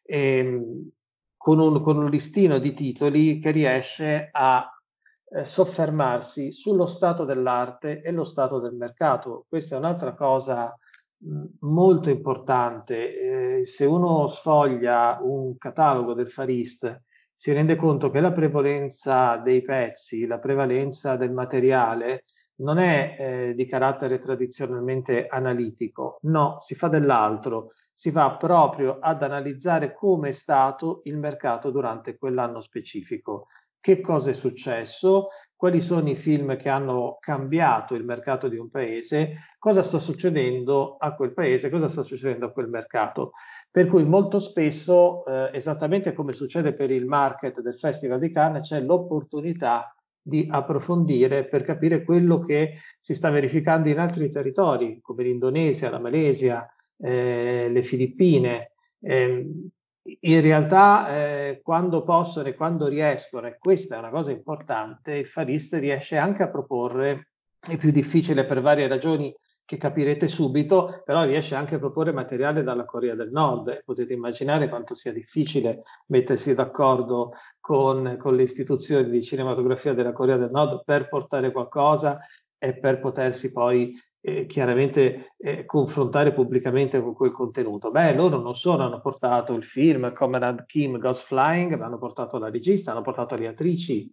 ehm, con un, con un listino di titoli che riesce a eh, soffermarsi sullo stato dell'arte e lo stato del mercato. Questa è un'altra cosa mh, molto importante. Eh, se uno sfoglia un catalogo del Far East, si rende conto che la prevalenza dei pezzi, la prevalenza del materiale non è eh, di carattere tradizionalmente analitico, no, si fa dell'altro, si va proprio ad analizzare come è stato il mercato durante quell'anno specifico. Che cosa è successo? quali sono i film che hanno cambiato il mercato di un paese, cosa sta succedendo a quel paese, cosa sta succedendo a quel mercato. Per cui molto spesso, eh, esattamente come succede per il market del Festival di Cannes, c'è l'opportunità di approfondire per capire quello che si sta verificando in altri territori, come l'Indonesia, la Malesia, eh, le Filippine. Eh, in realtà, eh, quando possono e quando riescono, e questa è una cosa importante, il Far East riesce anche a proporre, è più difficile per varie ragioni che capirete subito, però riesce anche a proporre materiale dalla Corea del Nord. Potete immaginare quanto sia difficile mettersi d'accordo con, con le istituzioni di cinematografia della Corea del Nord per portare qualcosa e per potersi poi eh, chiaramente eh, confrontare pubblicamente con quel contenuto. Beh, loro non solo hanno portato il film Comrade Kim Goes Flying, ma hanno portato la regista, hanno portato le attrici.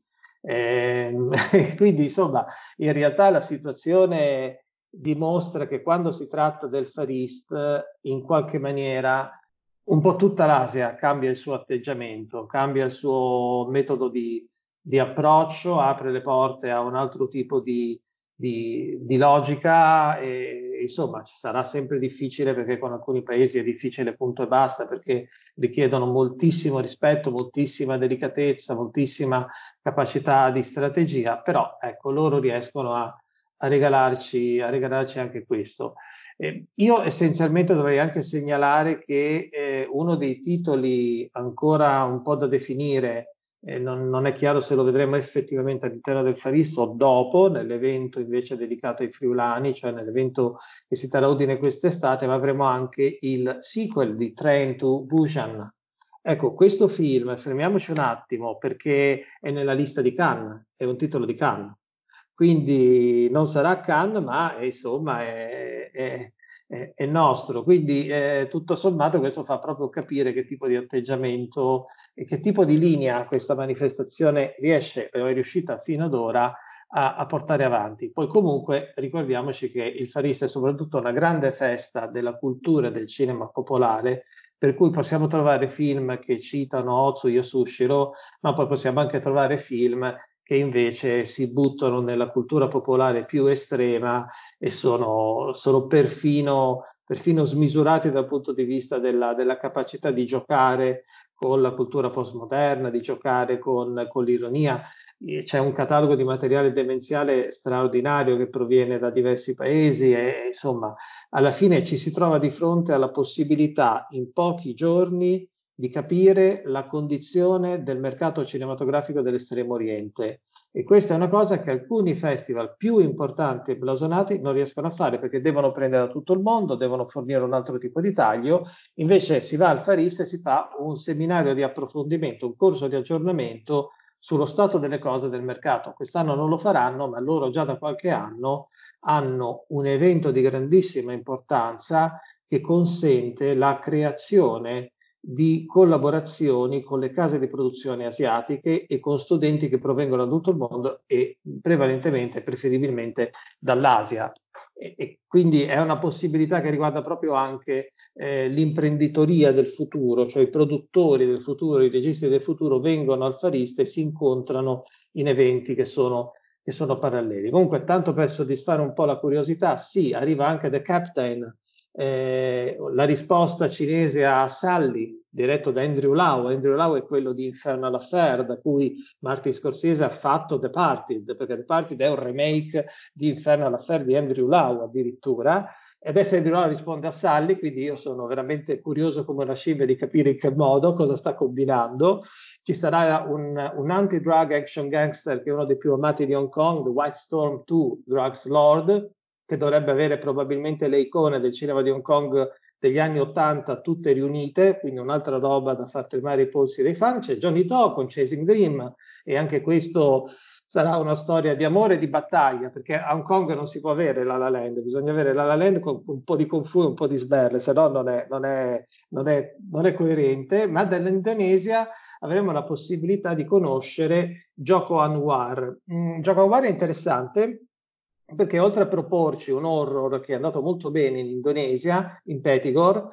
Eh, quindi insomma, in realtà la situazione dimostra che quando si tratta del Far East, in qualche maniera un po' tutta l'Asia cambia il suo atteggiamento, cambia il suo metodo di, di approccio, apre le porte a un altro tipo di, di, di logica e insomma ci sarà sempre difficile, perché con alcuni paesi è difficile punto e basta, perché richiedono moltissimo rispetto, moltissima delicatezza, moltissima capacità di strategia, però ecco, loro riescono a a regalarci, a regalarci anche questo. Eh, io essenzialmente dovrei anche segnalare che eh, uno dei titoli ancora un po' da definire, eh, non, non è chiaro se lo vedremo effettivamente all'interno del Far East o dopo, nell'evento invece dedicato ai friulani, cioè nell'evento che si terrà a Udine quest'estate, ma avremo anche il sequel di Train to Busan. Ecco, questo film, fermiamoci un attimo, perché è nella lista di Cannes, è un titolo di Cannes. Quindi non sarà Cannes, ma è, insomma è, è, è, è nostro. Quindi eh, tutto sommato questo fa proprio capire che tipo di atteggiamento e che tipo di linea questa manifestazione riesce o è riuscita fino ad ora a, a portare avanti. Poi comunque ricordiamoci che il Far East è soprattutto una grande festa della cultura e del cinema popolare, per cui possiamo trovare film che citano Ozu Yasushiro, ma poi possiamo anche trovare film che invece si buttano nella cultura popolare più estrema e sono, sono perfino, perfino smisurati dal punto di vista della, della capacità di giocare con la cultura postmoderna, di giocare con, con l'ironia. C'è un catalogo di materiale demenziale straordinario che proviene da diversi paesi e insomma alla fine ci si trova di fronte alla possibilità in pochi giorni di capire la condizione del mercato cinematografico dell'Estremo Oriente. E questa è una cosa che alcuni festival più importanti e blasonati non riescono a fare, perché devono prendere da tutto il mondo, devono fornire un altro tipo di taglio. Invece si va al Far East e si fa un seminario di approfondimento, un corso di aggiornamento sullo stato delle cose del mercato. Quest'anno non lo faranno, ma loro già da qualche anno hanno un evento di grandissima importanza che consente la creazione di collaborazioni con le case di produzione asiatiche e con studenti che provengono da tutto il mondo e prevalentemente, preferibilmente dall'Asia. E, e quindi è una possibilità che riguarda proprio anche eh, l'imprenditoria del futuro, cioè i produttori del futuro, i registi del futuro vengono al Far East e si incontrano in eventi che sono, che sono paralleli. Comunque, tanto per soddisfare un po' la curiosità, sì, arriva anche The Captain, Eh, la risposta cinese a Sully, diretto da Andrew Lau. Andrew Lau è quello di Infernal Affair, da cui Martin Scorsese ha fatto The Departed, perché The Departed è un remake di Infernal Affair di Andrew Lau addirittura, e adesso Andrew Lau risponde a Sully, quindi io sono veramente curioso come una scimmia di capire in che modo, cosa sta combinando. Ci sarà un, un anti-drug action gangster che è uno dei più amati di Hong Kong, The White Storm due Drugs Lord, che dovrebbe avere probabilmente le icone del cinema di Hong Kong degli anni Ottanta tutte riunite, quindi un'altra roba da far tremare i polsi dei fan. C'è Johnny To con Chasing Dream, e anche questo sarà una storia di amore e di battaglia, perché a Hong Kong non si può avere La La Land, bisogna avere La La Land con un po' di Kung Fu e un po' di sberle, se no non è, non è, non è, non è coerente. Ma dall'Indonesia avremo la possibilità di conoscere Joko Anwar. Mm, Joko Anwar è interessante, perché oltre a proporci un horror che è andato molto bene in Indonesia, in Petigore,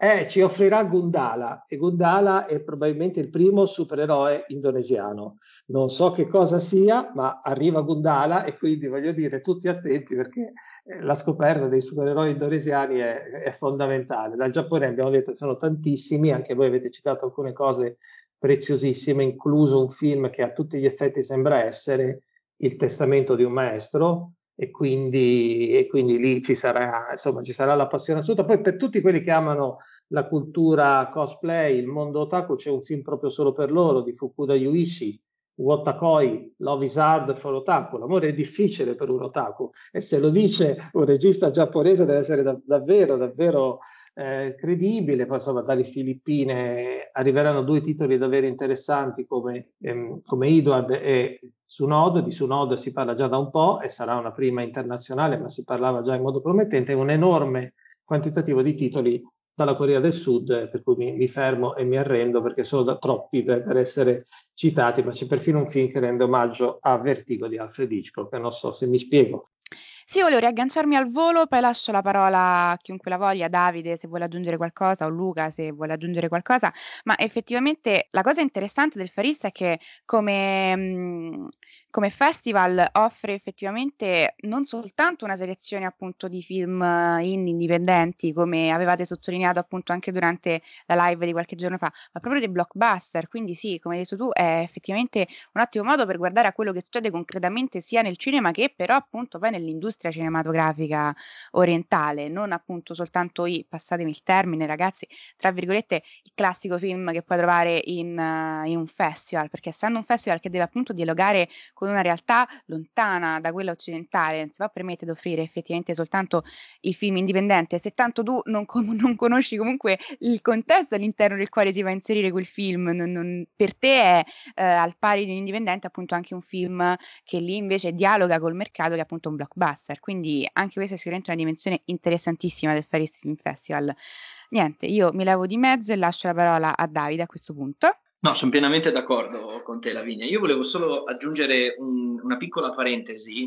Eh, ci offrirà Gundala, e Gundala è probabilmente il primo supereroe indonesiano. Non so che cosa sia, ma arriva Gundala e quindi voglio dire tutti attenti perché eh, la scoperta dei supereroi indonesiani è, è fondamentale. Dal Giappone abbiamo detto che sono tantissimi, anche voi avete citato alcune cose preziosissime, incluso un film che a tutti gli effetti sembra essere Il testamento di un maestro, e quindi, e quindi lì ci sarà, insomma, ci sarà la passione assoluta. Poi per tutti quelli che amano la cultura cosplay, il mondo otaku, c'è un film proprio solo per loro di Fukuda Yuichi, Wotakoi, Love is Hard for Otaku. L'amore è difficile per un otaku, e se lo dice un regista giapponese deve essere da, davvero, davvero eh, credibile. Poi insomma dalle Filippine arriveranno due titoli davvero interessanti come, ehm, come Edward e Tsunode. Di Tsunode si parla già da un po' e sarà una prima internazionale, ma si parlava già in modo promettente. Un enorme quantitativo di titoli dalla Corea del Sud, per cui mi, mi fermo e mi arrendo perché sono da troppi per, per essere citati, ma c'è perfino un film che rende omaggio a Vertigo di Alfred Hitchcock, non so se mi spiego. Sì, volevo riagganciarmi al volo, poi lascio la parola a chiunque la voglia, Davide se vuole aggiungere qualcosa o Luca se vuole aggiungere qualcosa, ma effettivamente la cosa interessante del Farista è che come, mh, come festival offre effettivamente non soltanto una selezione appunto di film eh, indie indipendenti, come avevate sottolineato appunto anche durante la live di qualche giorno fa, ma proprio dei blockbuster, quindi sì, come hai detto tu, è effettivamente un ottimo modo per guardare a quello che succede concretamente sia nel cinema che però appunto poi nell'industria cinematografica orientale, non appunto soltanto i, passatemi il termine ragazzi, tra virgolette, il classico film che puoi trovare in, uh, in un festival, perché essendo un festival che deve appunto dialogare con una realtà lontana da quella occidentale, non si può permettere di offrire effettivamente soltanto il film indipendente. Se tanto tu non, com- non conosci comunque il contesto all'interno del quale si va a inserire quel film, non- non- per te è eh, al pari di un indipendente appunto anche un film che lì invece dialoga col mercato che è appunto un blockbuster, quindi anche questa è sicuramente una dimensione interessantissima del Paris Film Festival. Niente, io mi levo di mezzo e lascio la parola a Davide a questo punto. No, sono pienamente d'accordo con te, Lavinia. Io volevo solo aggiungere un- una piccola parentesi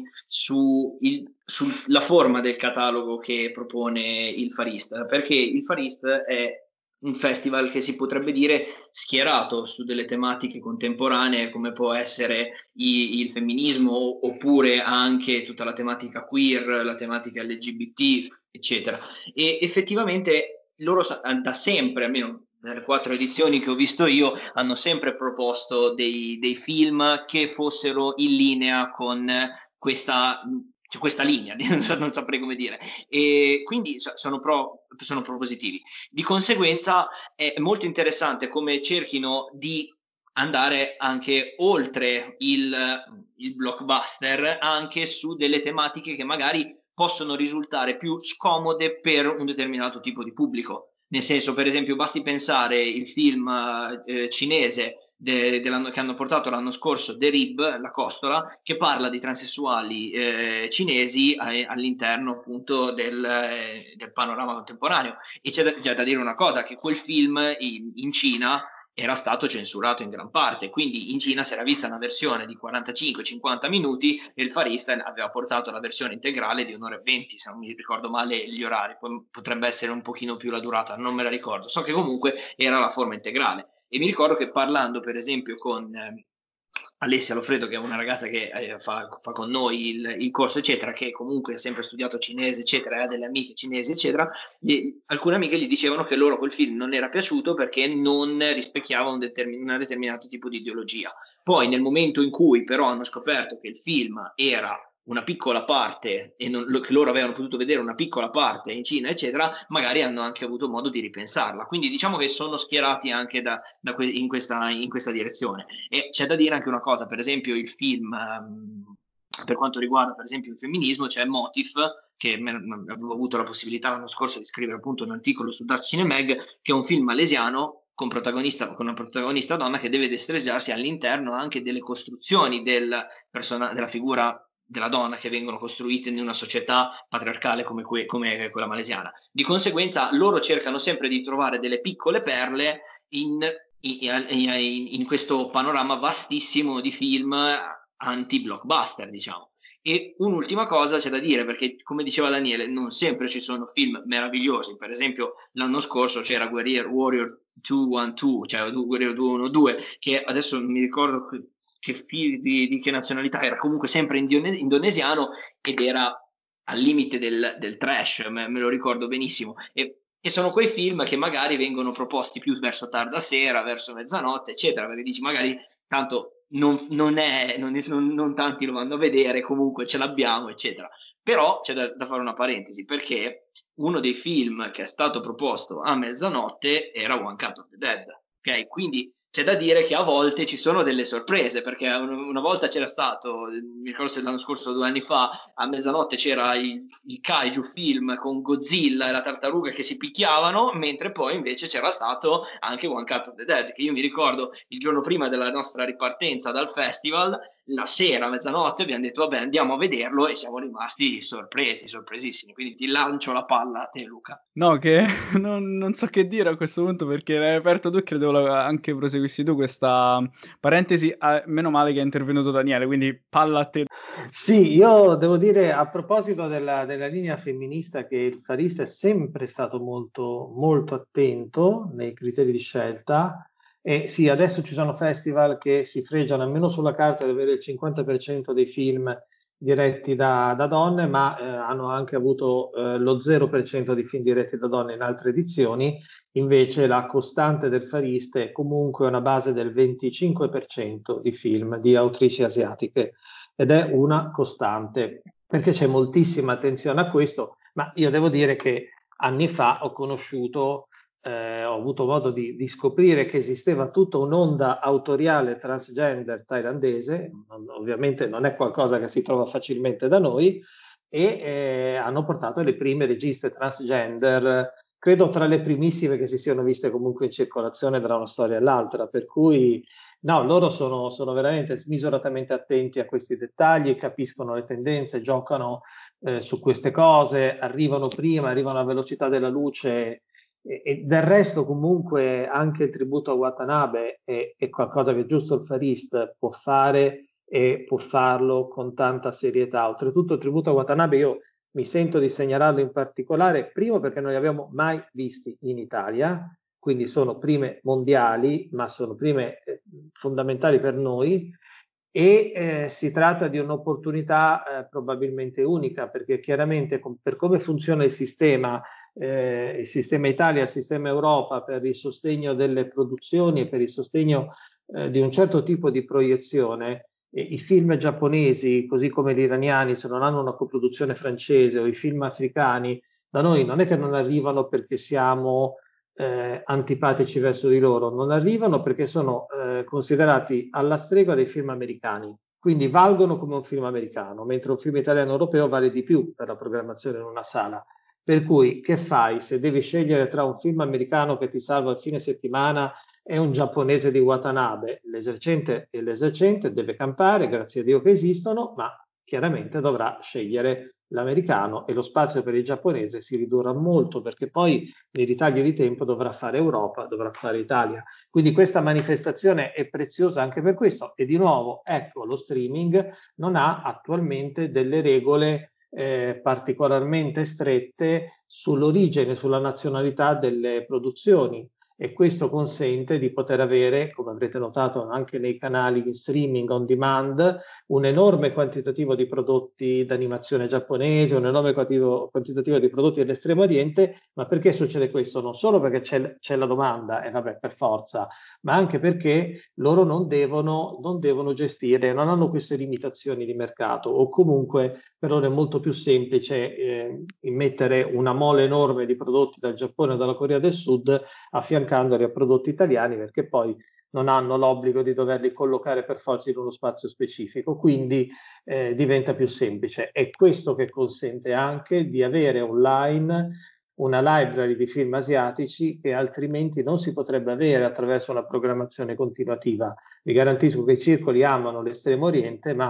su il- sulla forma del catalogo che propone il Farista, perché il Farista è un festival che si potrebbe dire schierato su delle tematiche contemporanee, come può essere i- il femminismo, oppure anche tutta la tematica queer, la tematica L G B T, eccetera. E effettivamente loro sa- da sempre, almeno nelle quattro edizioni che ho visto io, hanno sempre proposto dei, dei film che fossero in linea con questa, cioè questa linea, non saprei come dire, e quindi sono, pro, sono propositivi. Di conseguenza è molto interessante come cerchino di andare anche oltre il, il blockbuster, anche su delle tematiche che magari possono risultare più scomode per un determinato tipo di pubblico. Nel senso, per esempio, basti pensare il film eh, cinese de, de che hanno portato l'anno scorso, The Rib, La Costola, che parla di transessuali eh, cinesi eh, all'interno appunto del, eh, del panorama contemporaneo. E c'è da, c'è da dire una cosa, che quel film in, in Cina era stato censurato in gran parte, quindi in Cina si era vista una versione di quarantacinque cinquanta minuti e il Farista aveva portato la versione integrale di un'ora e venti, se non mi ricordo male gli orari, poi potrebbe essere un pochino più la durata, non me la ricordo, so che comunque era la forma integrale. E mi ricordo che parlando per esempio con eh, Alessia Lofredo, che è una ragazza che eh, fa, fa con noi il, il corso eccetera, che comunque ha sempre studiato cinese eccetera, ha delle amiche cinesi eccetera, gli, alcune amiche gli dicevano che loro quel film non era piaciuto perché non rispecchiava un, determin- un determinato tipo di ideologia. Poi nel momento in cui però hanno scoperto che il film era una piccola parte e non, lo, che loro avevano potuto vedere una piccola parte in Cina eccetera, magari hanno anche avuto modo di ripensarla, quindi diciamo che sono schierati anche da, da que- in, questa, in questa direzione. E c'è da dire anche una cosa, per esempio il film um, per quanto riguarda per esempio il femminismo c'è Motif, che avevo avuto la possibilità l'anno scorso di scrivere appunto un articolo su Dutch Cinemag, che è un film malesiano con, protagonista, con una protagonista donna che deve destreggiarsi all'interno anche delle costruzioni del persona, della figura della donna che vengono costruite in una società patriarcale come, que- come quella malesiana. Di conseguenza loro cercano sempre di trovare delle piccole perle in, in, in, in questo panorama vastissimo di film anti-blockbuster, diciamo. E un'ultima cosa c'è da dire, perché come diceva Daniele, non sempre ci sono film meravigliosi. Per esempio l'anno scorso c'era Guerrier Warrior duecentoquarantadue, cioè Guerrier duecentodue, che adesso non mi ricordo che film, di, di che nazionalità era, comunque sempre indione- indonesiano, ed era al limite del, del trash, me, me lo ricordo benissimo. E, e sono quei film che magari vengono proposti più verso tarda sera, verso mezzanotte, eccetera, perché dici magari tanto non, non è, non, non, non tanti lo vanno a vedere, comunque ce l'abbiamo, eccetera. Però c'è da, da fare una parentesi, perché uno dei film che è stato proposto a mezzanotte era One Cut of the Dead. Ok, quindi c'è da dire che a volte ci sono delle sorprese, perché una volta c'era stato, mi ricordo se l'anno scorso o due anni fa, a mezzanotte c'era il, il kaiju film con Godzilla e la tartaruga che si picchiavano, mentre poi invece c'era stato anche One Cut of the Dead, che io mi ricordo il giorno prima della nostra ripartenza dal festival, la sera, a mezzanotte, abbiamo detto vabbè, andiamo a vederlo, e siamo rimasti sorpresi, sorpresissimi. Quindi ti lancio la palla a te, Luca. No, che non, non so che dire a questo punto, perché l'hai aperto tu e credevo la- anche proseguissi tu questa parentesi. Ah, meno male che è intervenuto Daniele, quindi palla a te. Sì, io devo dire a proposito della, della linea femminista che il Farista è sempre stato molto, molto attento nei criteri di scelta. E sì, adesso ci sono festival che si fregiano almeno sulla carta di avere il cinquanta per cento dei film diretti da, da donne, ma eh, hanno anche avuto eh, lo zero per cento di film diretti da donne in altre edizioni. Invece la costante del Farista è comunque una base del venticinque per cento di film di autrici asiatiche, ed è una costante, perché c'è moltissima attenzione a questo, ma io devo dire che anni fa ho conosciuto, eh, ho avuto modo di, di scoprire che esisteva tutta un'onda autoriale transgender thailandese, non, ovviamente non è qualcosa che si trova facilmente da noi, e eh, hanno portato le prime registe transgender, credo tra le primissime che si siano viste comunque in circolazione tra una storia e l'altra, per cui no, loro sono, sono veramente smisuratamente attenti a questi dettagli, capiscono le tendenze, giocano eh, su queste cose, arrivano prima, arrivano alla velocità della luce, e, e del resto comunque anche il tributo a Watanabe è, è qualcosa che giusto il Farist può fare, e può farlo con tanta serietà. Oltretutto il tributo a Watanabe io mi sento di segnalarlo in particolare, primo perché non li abbiamo mai visti in Italia, quindi sono prime mondiali, ma sono prime eh, fondamentali per noi, e eh, si tratta di un'opportunità eh, probabilmente unica, perché chiaramente com- per come funziona il sistema, eh, il sistema Italia, il sistema Europa, per il sostegno delle produzioni e per il sostegno eh, di un certo tipo di proiezione, eh, i film giapponesi, così come gli iraniani, se non hanno una coproduzione francese, o i film africani, da noi non è che non arrivano perché siamo eh, antipatici verso di loro, non arrivano perché sono eh, considerati alla stregua dei film americani, quindi valgono come un film americano, mentre un film italiano europeo vale di più per la programmazione in una sala. Per cui che fai se devi scegliere tra un film americano che ti salva il fine settimana e un giapponese di Watanabe? L'esercente e l'esercente deve campare, grazie a Dio che esistono, ma chiaramente dovrà scegliere l'americano, e lo spazio per il giapponese si ridurrà molto, perché poi nei ritagli di tempo dovrà fare Europa, dovrà fare Italia. Quindi questa manifestazione è preziosa anche per questo, e di nuovo, ecco, lo streaming non ha attualmente delle regole eh, particolarmente strette sull'origine, sulla nazionalità delle produzioni, e questo consente di poter avere, come avrete notato anche nei canali di streaming on demand, un enorme quantitativo di prodotti d'animazione giapponese, un enorme quantitativo, quantitativo di prodotti dell'Estremo Oriente. Ma perché succede questo? Non solo perché c'è, c'è la domanda, e vabbè, per forza, ma anche perché loro non devono, non devono gestire, non hanno queste limitazioni di mercato, o comunque per loro è molto più semplice eh, immettere una mole enorme di prodotti dal Giappone e dalla Corea del Sud, affiancandoli a prodotti italiani, perché poi non hanno l'obbligo di doverli collocare per forza in uno spazio specifico, quindi eh, diventa più semplice. È questo che consente anche di avere online una library di film asiatici che altrimenti non si potrebbe avere attraverso una programmazione continuativa. Vi garantisco che i circoli amano l'Estremo Oriente, ma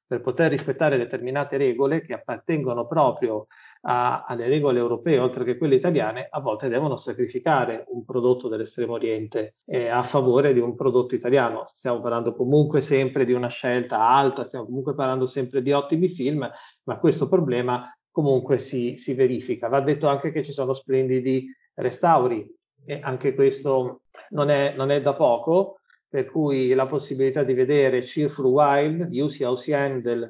per poter rispettare determinate regole che appartengono proprio a, alle regole europee, oltre che quelle italiane, a volte devono sacrificare un prodotto dell'Estremo Oriente eh, a favore di un prodotto italiano. Stiamo parlando comunque sempre di una scelta alta, stiamo comunque parlando sempre di ottimi film, ma questo problema comunque si, si verifica. Va detto anche che ci sono splendidi restauri, e anche questo non è, non è da poco, per cui la possibilità di vedere Cheerful Wild di Wu Xiaoxian del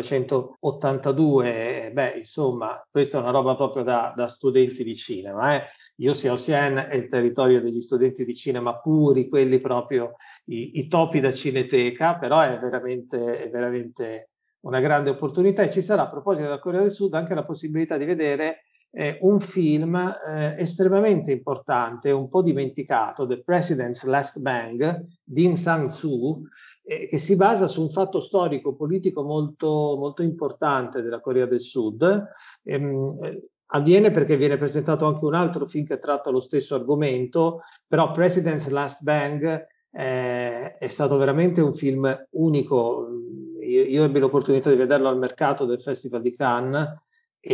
millenovecentottantadue, beh, insomma, questa è una roba proprio da, da studenti di cinema. Eh. Wu Xiaoxian è il territorio degli studenti di cinema puri, quelli proprio i, i topi da cineteca, però è veramente, è veramente una grande opportunità, e ci sarà, a proposito della Corea del Sud, anche la possibilità di vedere Eh, un film eh, estremamente importante, un po' dimenticato, The President's Last Bang, di Im Sang-soo, eh, che si basa su un fatto storico politico molto, molto importante della Corea del Sud. Ehm, eh, avviene perché viene presentato anche un altro film che tratta lo stesso argomento, però President's Last Bang eh, è stato veramente un film unico. Io, io ebbi l'opportunità di vederlo al mercato del Festival di Cannes, e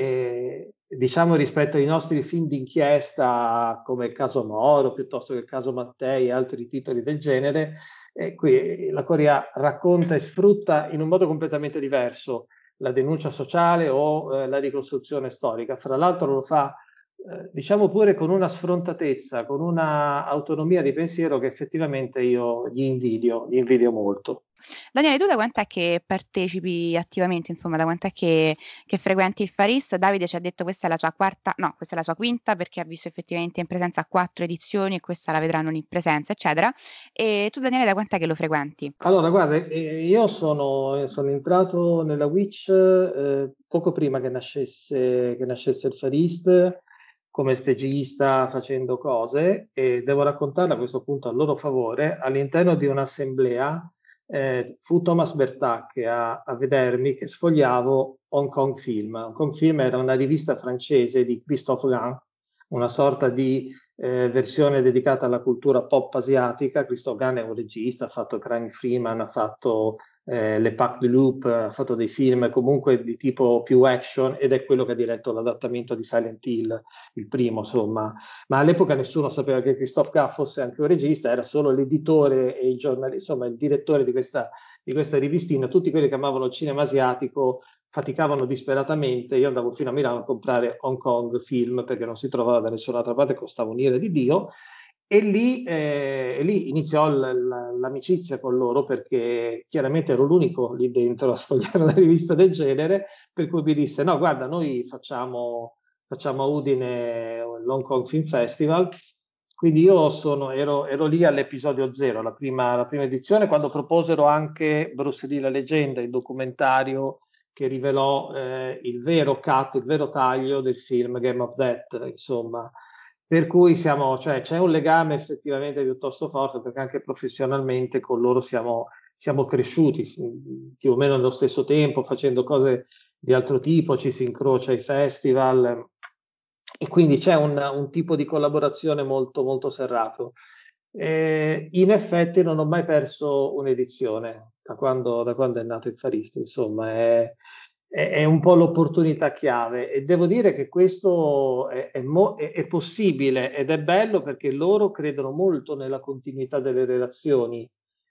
eh, diciamo, rispetto ai nostri film d'inchiesta come il caso Moro piuttosto che il caso Mattei e altri titoli del genere, eh, qui la Corea racconta e sfrutta in un modo completamente diverso la denuncia sociale o eh, la ricostruzione storica. Fra l'altro lo fa eh, diciamo pure con una sfrontatezza, con una autonomia di pensiero che effettivamente io gli invidio, gli invidio molto. Daniele, tu da quant'è che partecipi attivamente, insomma, da quant'è che, che frequenti il Far East? Davide ci ha detto questa è la sua quarta, no, questa è la sua quinta, perché ha visto effettivamente in presenza quattro edizioni e questa la vedranno in presenza, eccetera. E tu, Daniele, da quant'è che lo frequenti? Allora, guarda, eh, io sono, sono entrato nella Witch eh, poco prima che nascesse, che nascesse il Far East, come stagista facendo cose, e devo raccontarla a questo punto a loro favore. All'interno di un'assemblea eh, fu Thomas Bertacche a, a vedermi che sfogliavo Hong Kong Film. Hong Kong Film era una rivista francese di Christophe Gans, una sorta di eh, versione dedicata alla cultura pop asiatica. Christophe Gans è un regista, ha fatto Crying Freeman, ha fatto eh, Le Pac de Loup, ha fatto dei film comunque di tipo più action, ed è quello che ha diretto l'adattamento di Silent Hill, il primo, insomma. Ma all'epoca nessuno sapeva che Christophe Gans fosse anche un regista, era solo l'editore e il giornalista, insomma il direttore di questa, di questa rivistina. Tutti quelli che amavano il cinema asiatico faticavano disperatamente. Io andavo fino a Milano a comprare Hong Kong Film perché non si trovava da nessun'altra parte, costava un'ira di Dio, e lì, eh, lì iniziò l- l- l'amicizia con loro, perché chiaramente ero l'unico lì dentro a sfogliare una rivista del genere, per cui mi disse no, guarda, noi facciamo, facciamo a Udine l'Hong Kong Film Festival. Quindi io sono, ero, ero lì all'episodio zero, la prima, la prima edizione, quando proposero anche Bruce Lee la leggenda, il documentario che rivelò eh, il vero cut, il vero taglio del film Game of Death, insomma. Per cui siamo, cioè, c'è un legame effettivamente piuttosto forte, perché anche professionalmente con loro siamo, siamo cresciuti più o meno nello stesso tempo, facendo cose di altro tipo, ci si incrocia ai festival, e quindi c'è un, un tipo di collaborazione molto, molto serrato. Eh, in effetti non ho mai perso un'edizione da quando, da quando è nato il Far East, insomma, è, è, è un po' l'opportunità chiave, e devo dire che questo è, è, mo, è, è possibile ed è bello, perché loro credono molto nella continuità delle relazioni.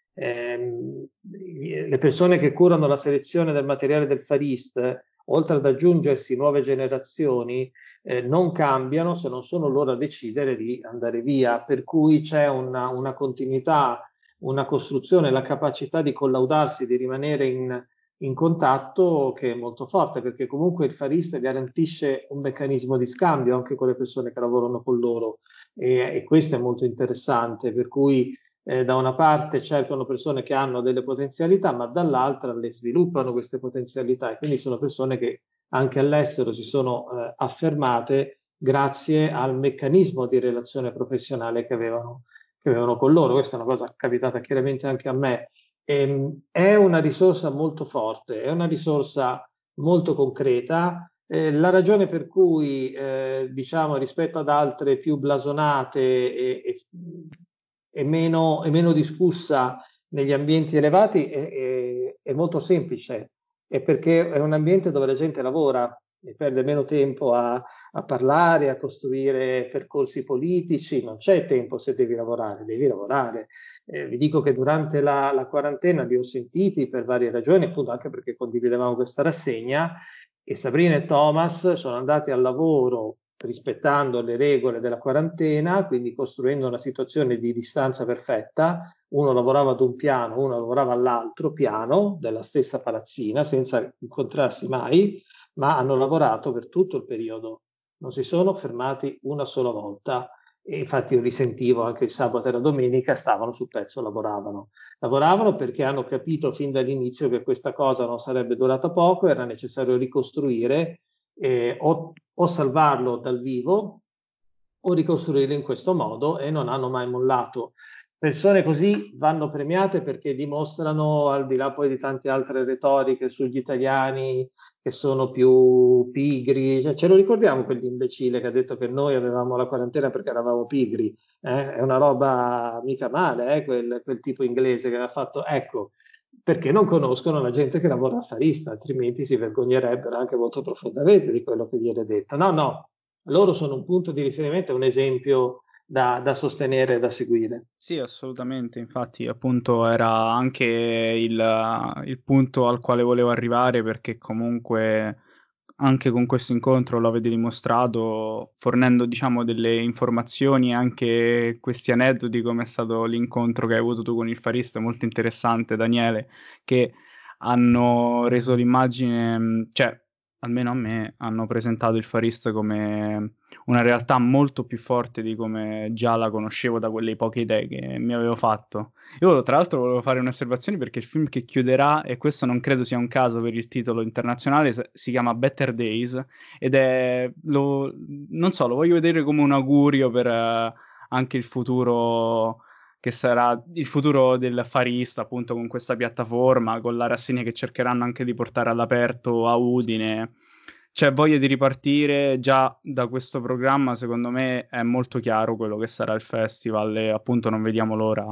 Eh, le persone che curano la selezione del materiale del Far East, oltre ad aggiungersi nuove generazioni, eh, non cambiano se non sono loro a decidere di andare via, per cui c'è una, una continuità, una costruzione, la capacità di collaudarsi, di rimanere in, in contatto, che è molto forte, perché comunque il Far East garantisce un meccanismo di scambio anche con le persone che lavorano con loro, e, e questo è molto interessante, per cui eh, da una parte cercano persone che hanno delle potenzialità, ma dall'altra le sviluppano queste potenzialità, e quindi sono persone che anche all'estero si sono eh, affermate grazie al meccanismo di relazione professionale che avevano, che avevano con loro. Questa è una cosa capitata chiaramente anche a me. E, è una risorsa molto forte, è una risorsa molto concreta. Eh, la ragione per cui, eh, diciamo, rispetto ad altre più blasonate e, e, e, meno, e meno discussa negli ambienti elevati è, è, è molto semplice, è perché è un ambiente dove la gente lavora e perde meno tempo a, a parlare, a costruire percorsi politici, non c'è tempo se devi lavorare, devi lavorare. Eh, vi dico che durante la, la quarantena li ho sentiti per varie ragioni, appunto anche perché condividevamo questa rassegna, e Sabrina e Thomas sono andati al lavoro rispettando le regole della quarantena, quindi costruendo una situazione di distanza perfetta. Uno lavorava ad un piano, uno lavorava all'altro piano della stessa palazzina, senza incontrarsi mai, ma hanno lavorato per tutto il periodo, non si sono fermati una sola volta. E infatti io li sentivo anche il sabato e la domenica, stavano sul pezzo, lavoravano. Lavoravano perché hanno capito fin dall'inizio che questa cosa non sarebbe durata poco, era necessario ricostruire eh, o, o salvarlo dal vivo o ricostruirlo in questo modo, e non hanno mai mollato. Persone così vanno premiate perché dimostrano, al di là poi di tante altre retoriche sugli italiani che sono più pigri, cioè, ce lo ricordiamo quell'imbecille che ha detto che noi avevamo la quarantena perché eravamo pigri, eh? È una roba mica male, eh? quel, quel tipo inglese che ha fatto, ecco, perché non conoscono la gente che lavora affarista, altrimenti si vergognerebbero anche molto profondamente di quello che viene detto. No, no, loro sono un punto di riferimento, un esempio da, da sostenere e da seguire. Sì, assolutamente, infatti appunto era anche il, il punto al quale volevo arrivare, perché comunque anche con questo incontro lo avete dimostrato, fornendo diciamo delle informazioni e anche questi aneddoti, come è stato l'incontro che hai avuto tu con il farista, molto interessante Daniele, che hanno reso l'immagine, mh, cioè almeno a me, hanno presentato il farista come una realtà molto più forte di come già la conoscevo da quelle poche idee che mi avevo fatto. Io tra l'altro volevo fare un'osservazione, perché il film che chiuderà, e questo non credo sia un caso per il titolo internazionale, s- si chiama Better Days, ed è, lo, non so, lo voglio vedere come un augurio per eh, anche il futuro, che sarà il futuro del farista, appunto, con questa piattaforma, con la rassegna che cercheranno anche di portare all'aperto a Udine. C'è voglia di ripartire già da questo programma, secondo me è molto chiaro quello che sarà il festival, e appunto non vediamo l'ora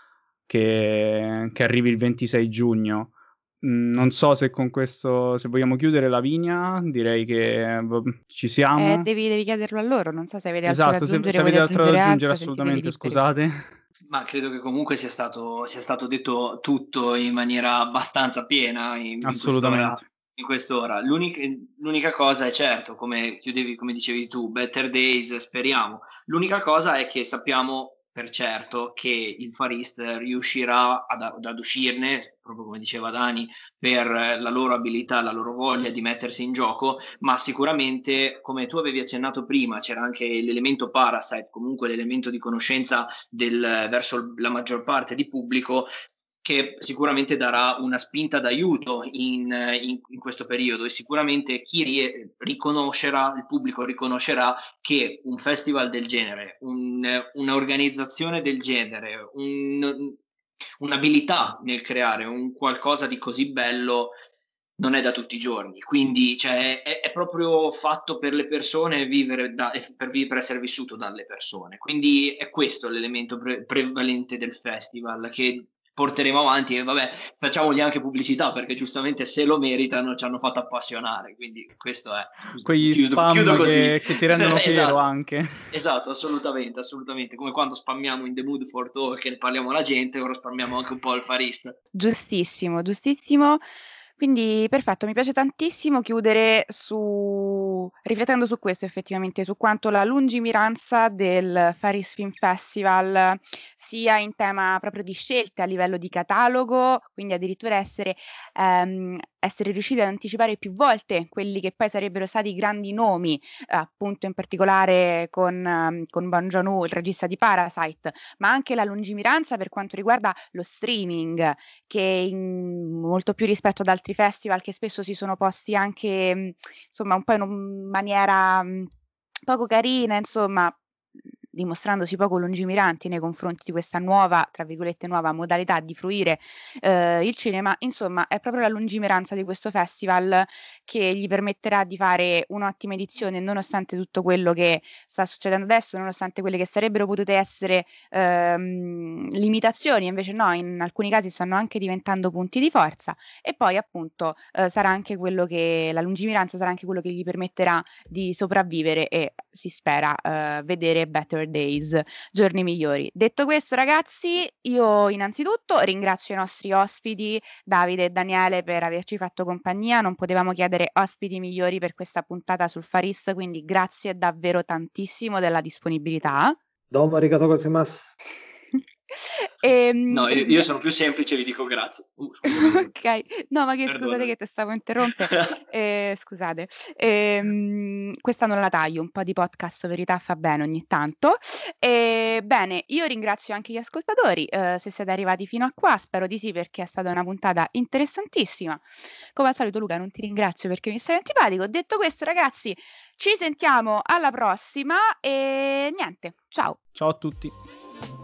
che, che arrivi il ventisei giugno. Mm, non so se con questo, se vogliamo chiudere Lavinia, direi che v- ci Eh, siamo. devi, devi chiederlo a loro, non so se avete altro da Esatto, se, se aggiungere, avete volete altro da aggiungere aggiungere, altro, sentitevi assolutamente, liberi. scusate. Ma credo che comunque sia stato, sia stato detto tutto in maniera abbastanza piena in, in quest'ora. Assolutamente. In quest'ora. L'unica, l'unica cosa è certo, come chiudevi, come dicevi tu, Better Days, speriamo. L'unica cosa è che sappiamo per certo che il Farist riuscirà ad, ad uscirne, proprio come diceva Dani, per la loro abilità, la loro voglia di mettersi in gioco, ma sicuramente, come tu avevi accennato prima, c'era anche l'elemento Parasite, comunque l'elemento di conoscenza del, verso la maggior parte di pubblico, che sicuramente darà una spinta d'aiuto in, in, in questo periodo, e sicuramente chi ri- riconoscerà, il pubblico riconoscerà che un festival del genere, un, un'organizzazione del genere, un, un'abilità nel creare un qualcosa di così bello non è da tutti i giorni, quindi cioè, è, è proprio fatto per le persone, vivere da, per, per essere vissuto dalle persone, quindi è questo l'elemento pre- prevalente del festival che porteremo avanti, e vabbè, facciamogli anche pubblicità perché giustamente se lo meritano ci hanno fatto appassionare, quindi questo è. Quegli Chiudo, chiudo spam così. che, che ti rendono fiero Esatto. anche. Esatto, assolutamente, assolutamente, come quando spammiamo in The Mood for Talk e ne parliamo alla gente, ora spammiamo anche un po' al farista. Giustissimo, giustissimo. Quindi perfetto, mi piace tantissimo chiudere su, riflettendo su questo effettivamente, su quanto la lungimiranza del Faris Film Festival sia in tema proprio di scelte a livello di catalogo, quindi addirittura essere, ehm, essere riusciti ad anticipare più volte quelli che poi sarebbero stati i grandi nomi, eh, appunto in particolare con, ehm, con Bong Joon-ho, il regista di Parasite, ma anche la lungimiranza per quanto riguarda lo streaming, che in, molto più rispetto ad altri festival che spesso si sono posti anche, mh, insomma, un po' in un- maniera mh, poco carina, insomma, dimostrandosi poco lungimiranti nei confronti di questa nuova, tra virgolette, nuova modalità di fruire eh, il cinema. Insomma, è proprio la lungimiranza di questo festival che gli permetterà di fare un'ottima edizione, nonostante tutto quello che sta succedendo adesso, nonostante quelle che sarebbero potute essere ehm, limitazioni, invece no, in alcuni casi stanno anche diventando punti di forza. E poi appunto eh, sarà anche quello che la lungimiranza sarà anche quello che gli permetterà di sopravvivere e si spera eh, vedere Better Days, giorni migliori. Detto questo, ragazzi, io innanzitutto ringrazio i nostri ospiti Davide e Daniele per averci fatto compagnia. Non potevamo chiedere ospiti migliori per questa puntata sul Far East, quindi grazie davvero tantissimo della disponibilità. Domo arigatou gozaimasu. E, no, io, io sono più semplice, vi dico grazie. Uh, ok, no, ma che Perdona. scusate che ti stavo interrompendo. eh, scusate, ehm, questa non la taglio, un po' di podcast verità fa bene ogni tanto. E, bene, io ringrazio anche gli ascoltatori, eh, se siete arrivati fino a qua, spero di sì perché è stata una puntata interessantissima. Come al solito Luca non ti ringrazio perché mi stai antipatico. Detto questo, ragazzi, ci sentiamo alla prossima e niente, ciao. Ciao a tutti.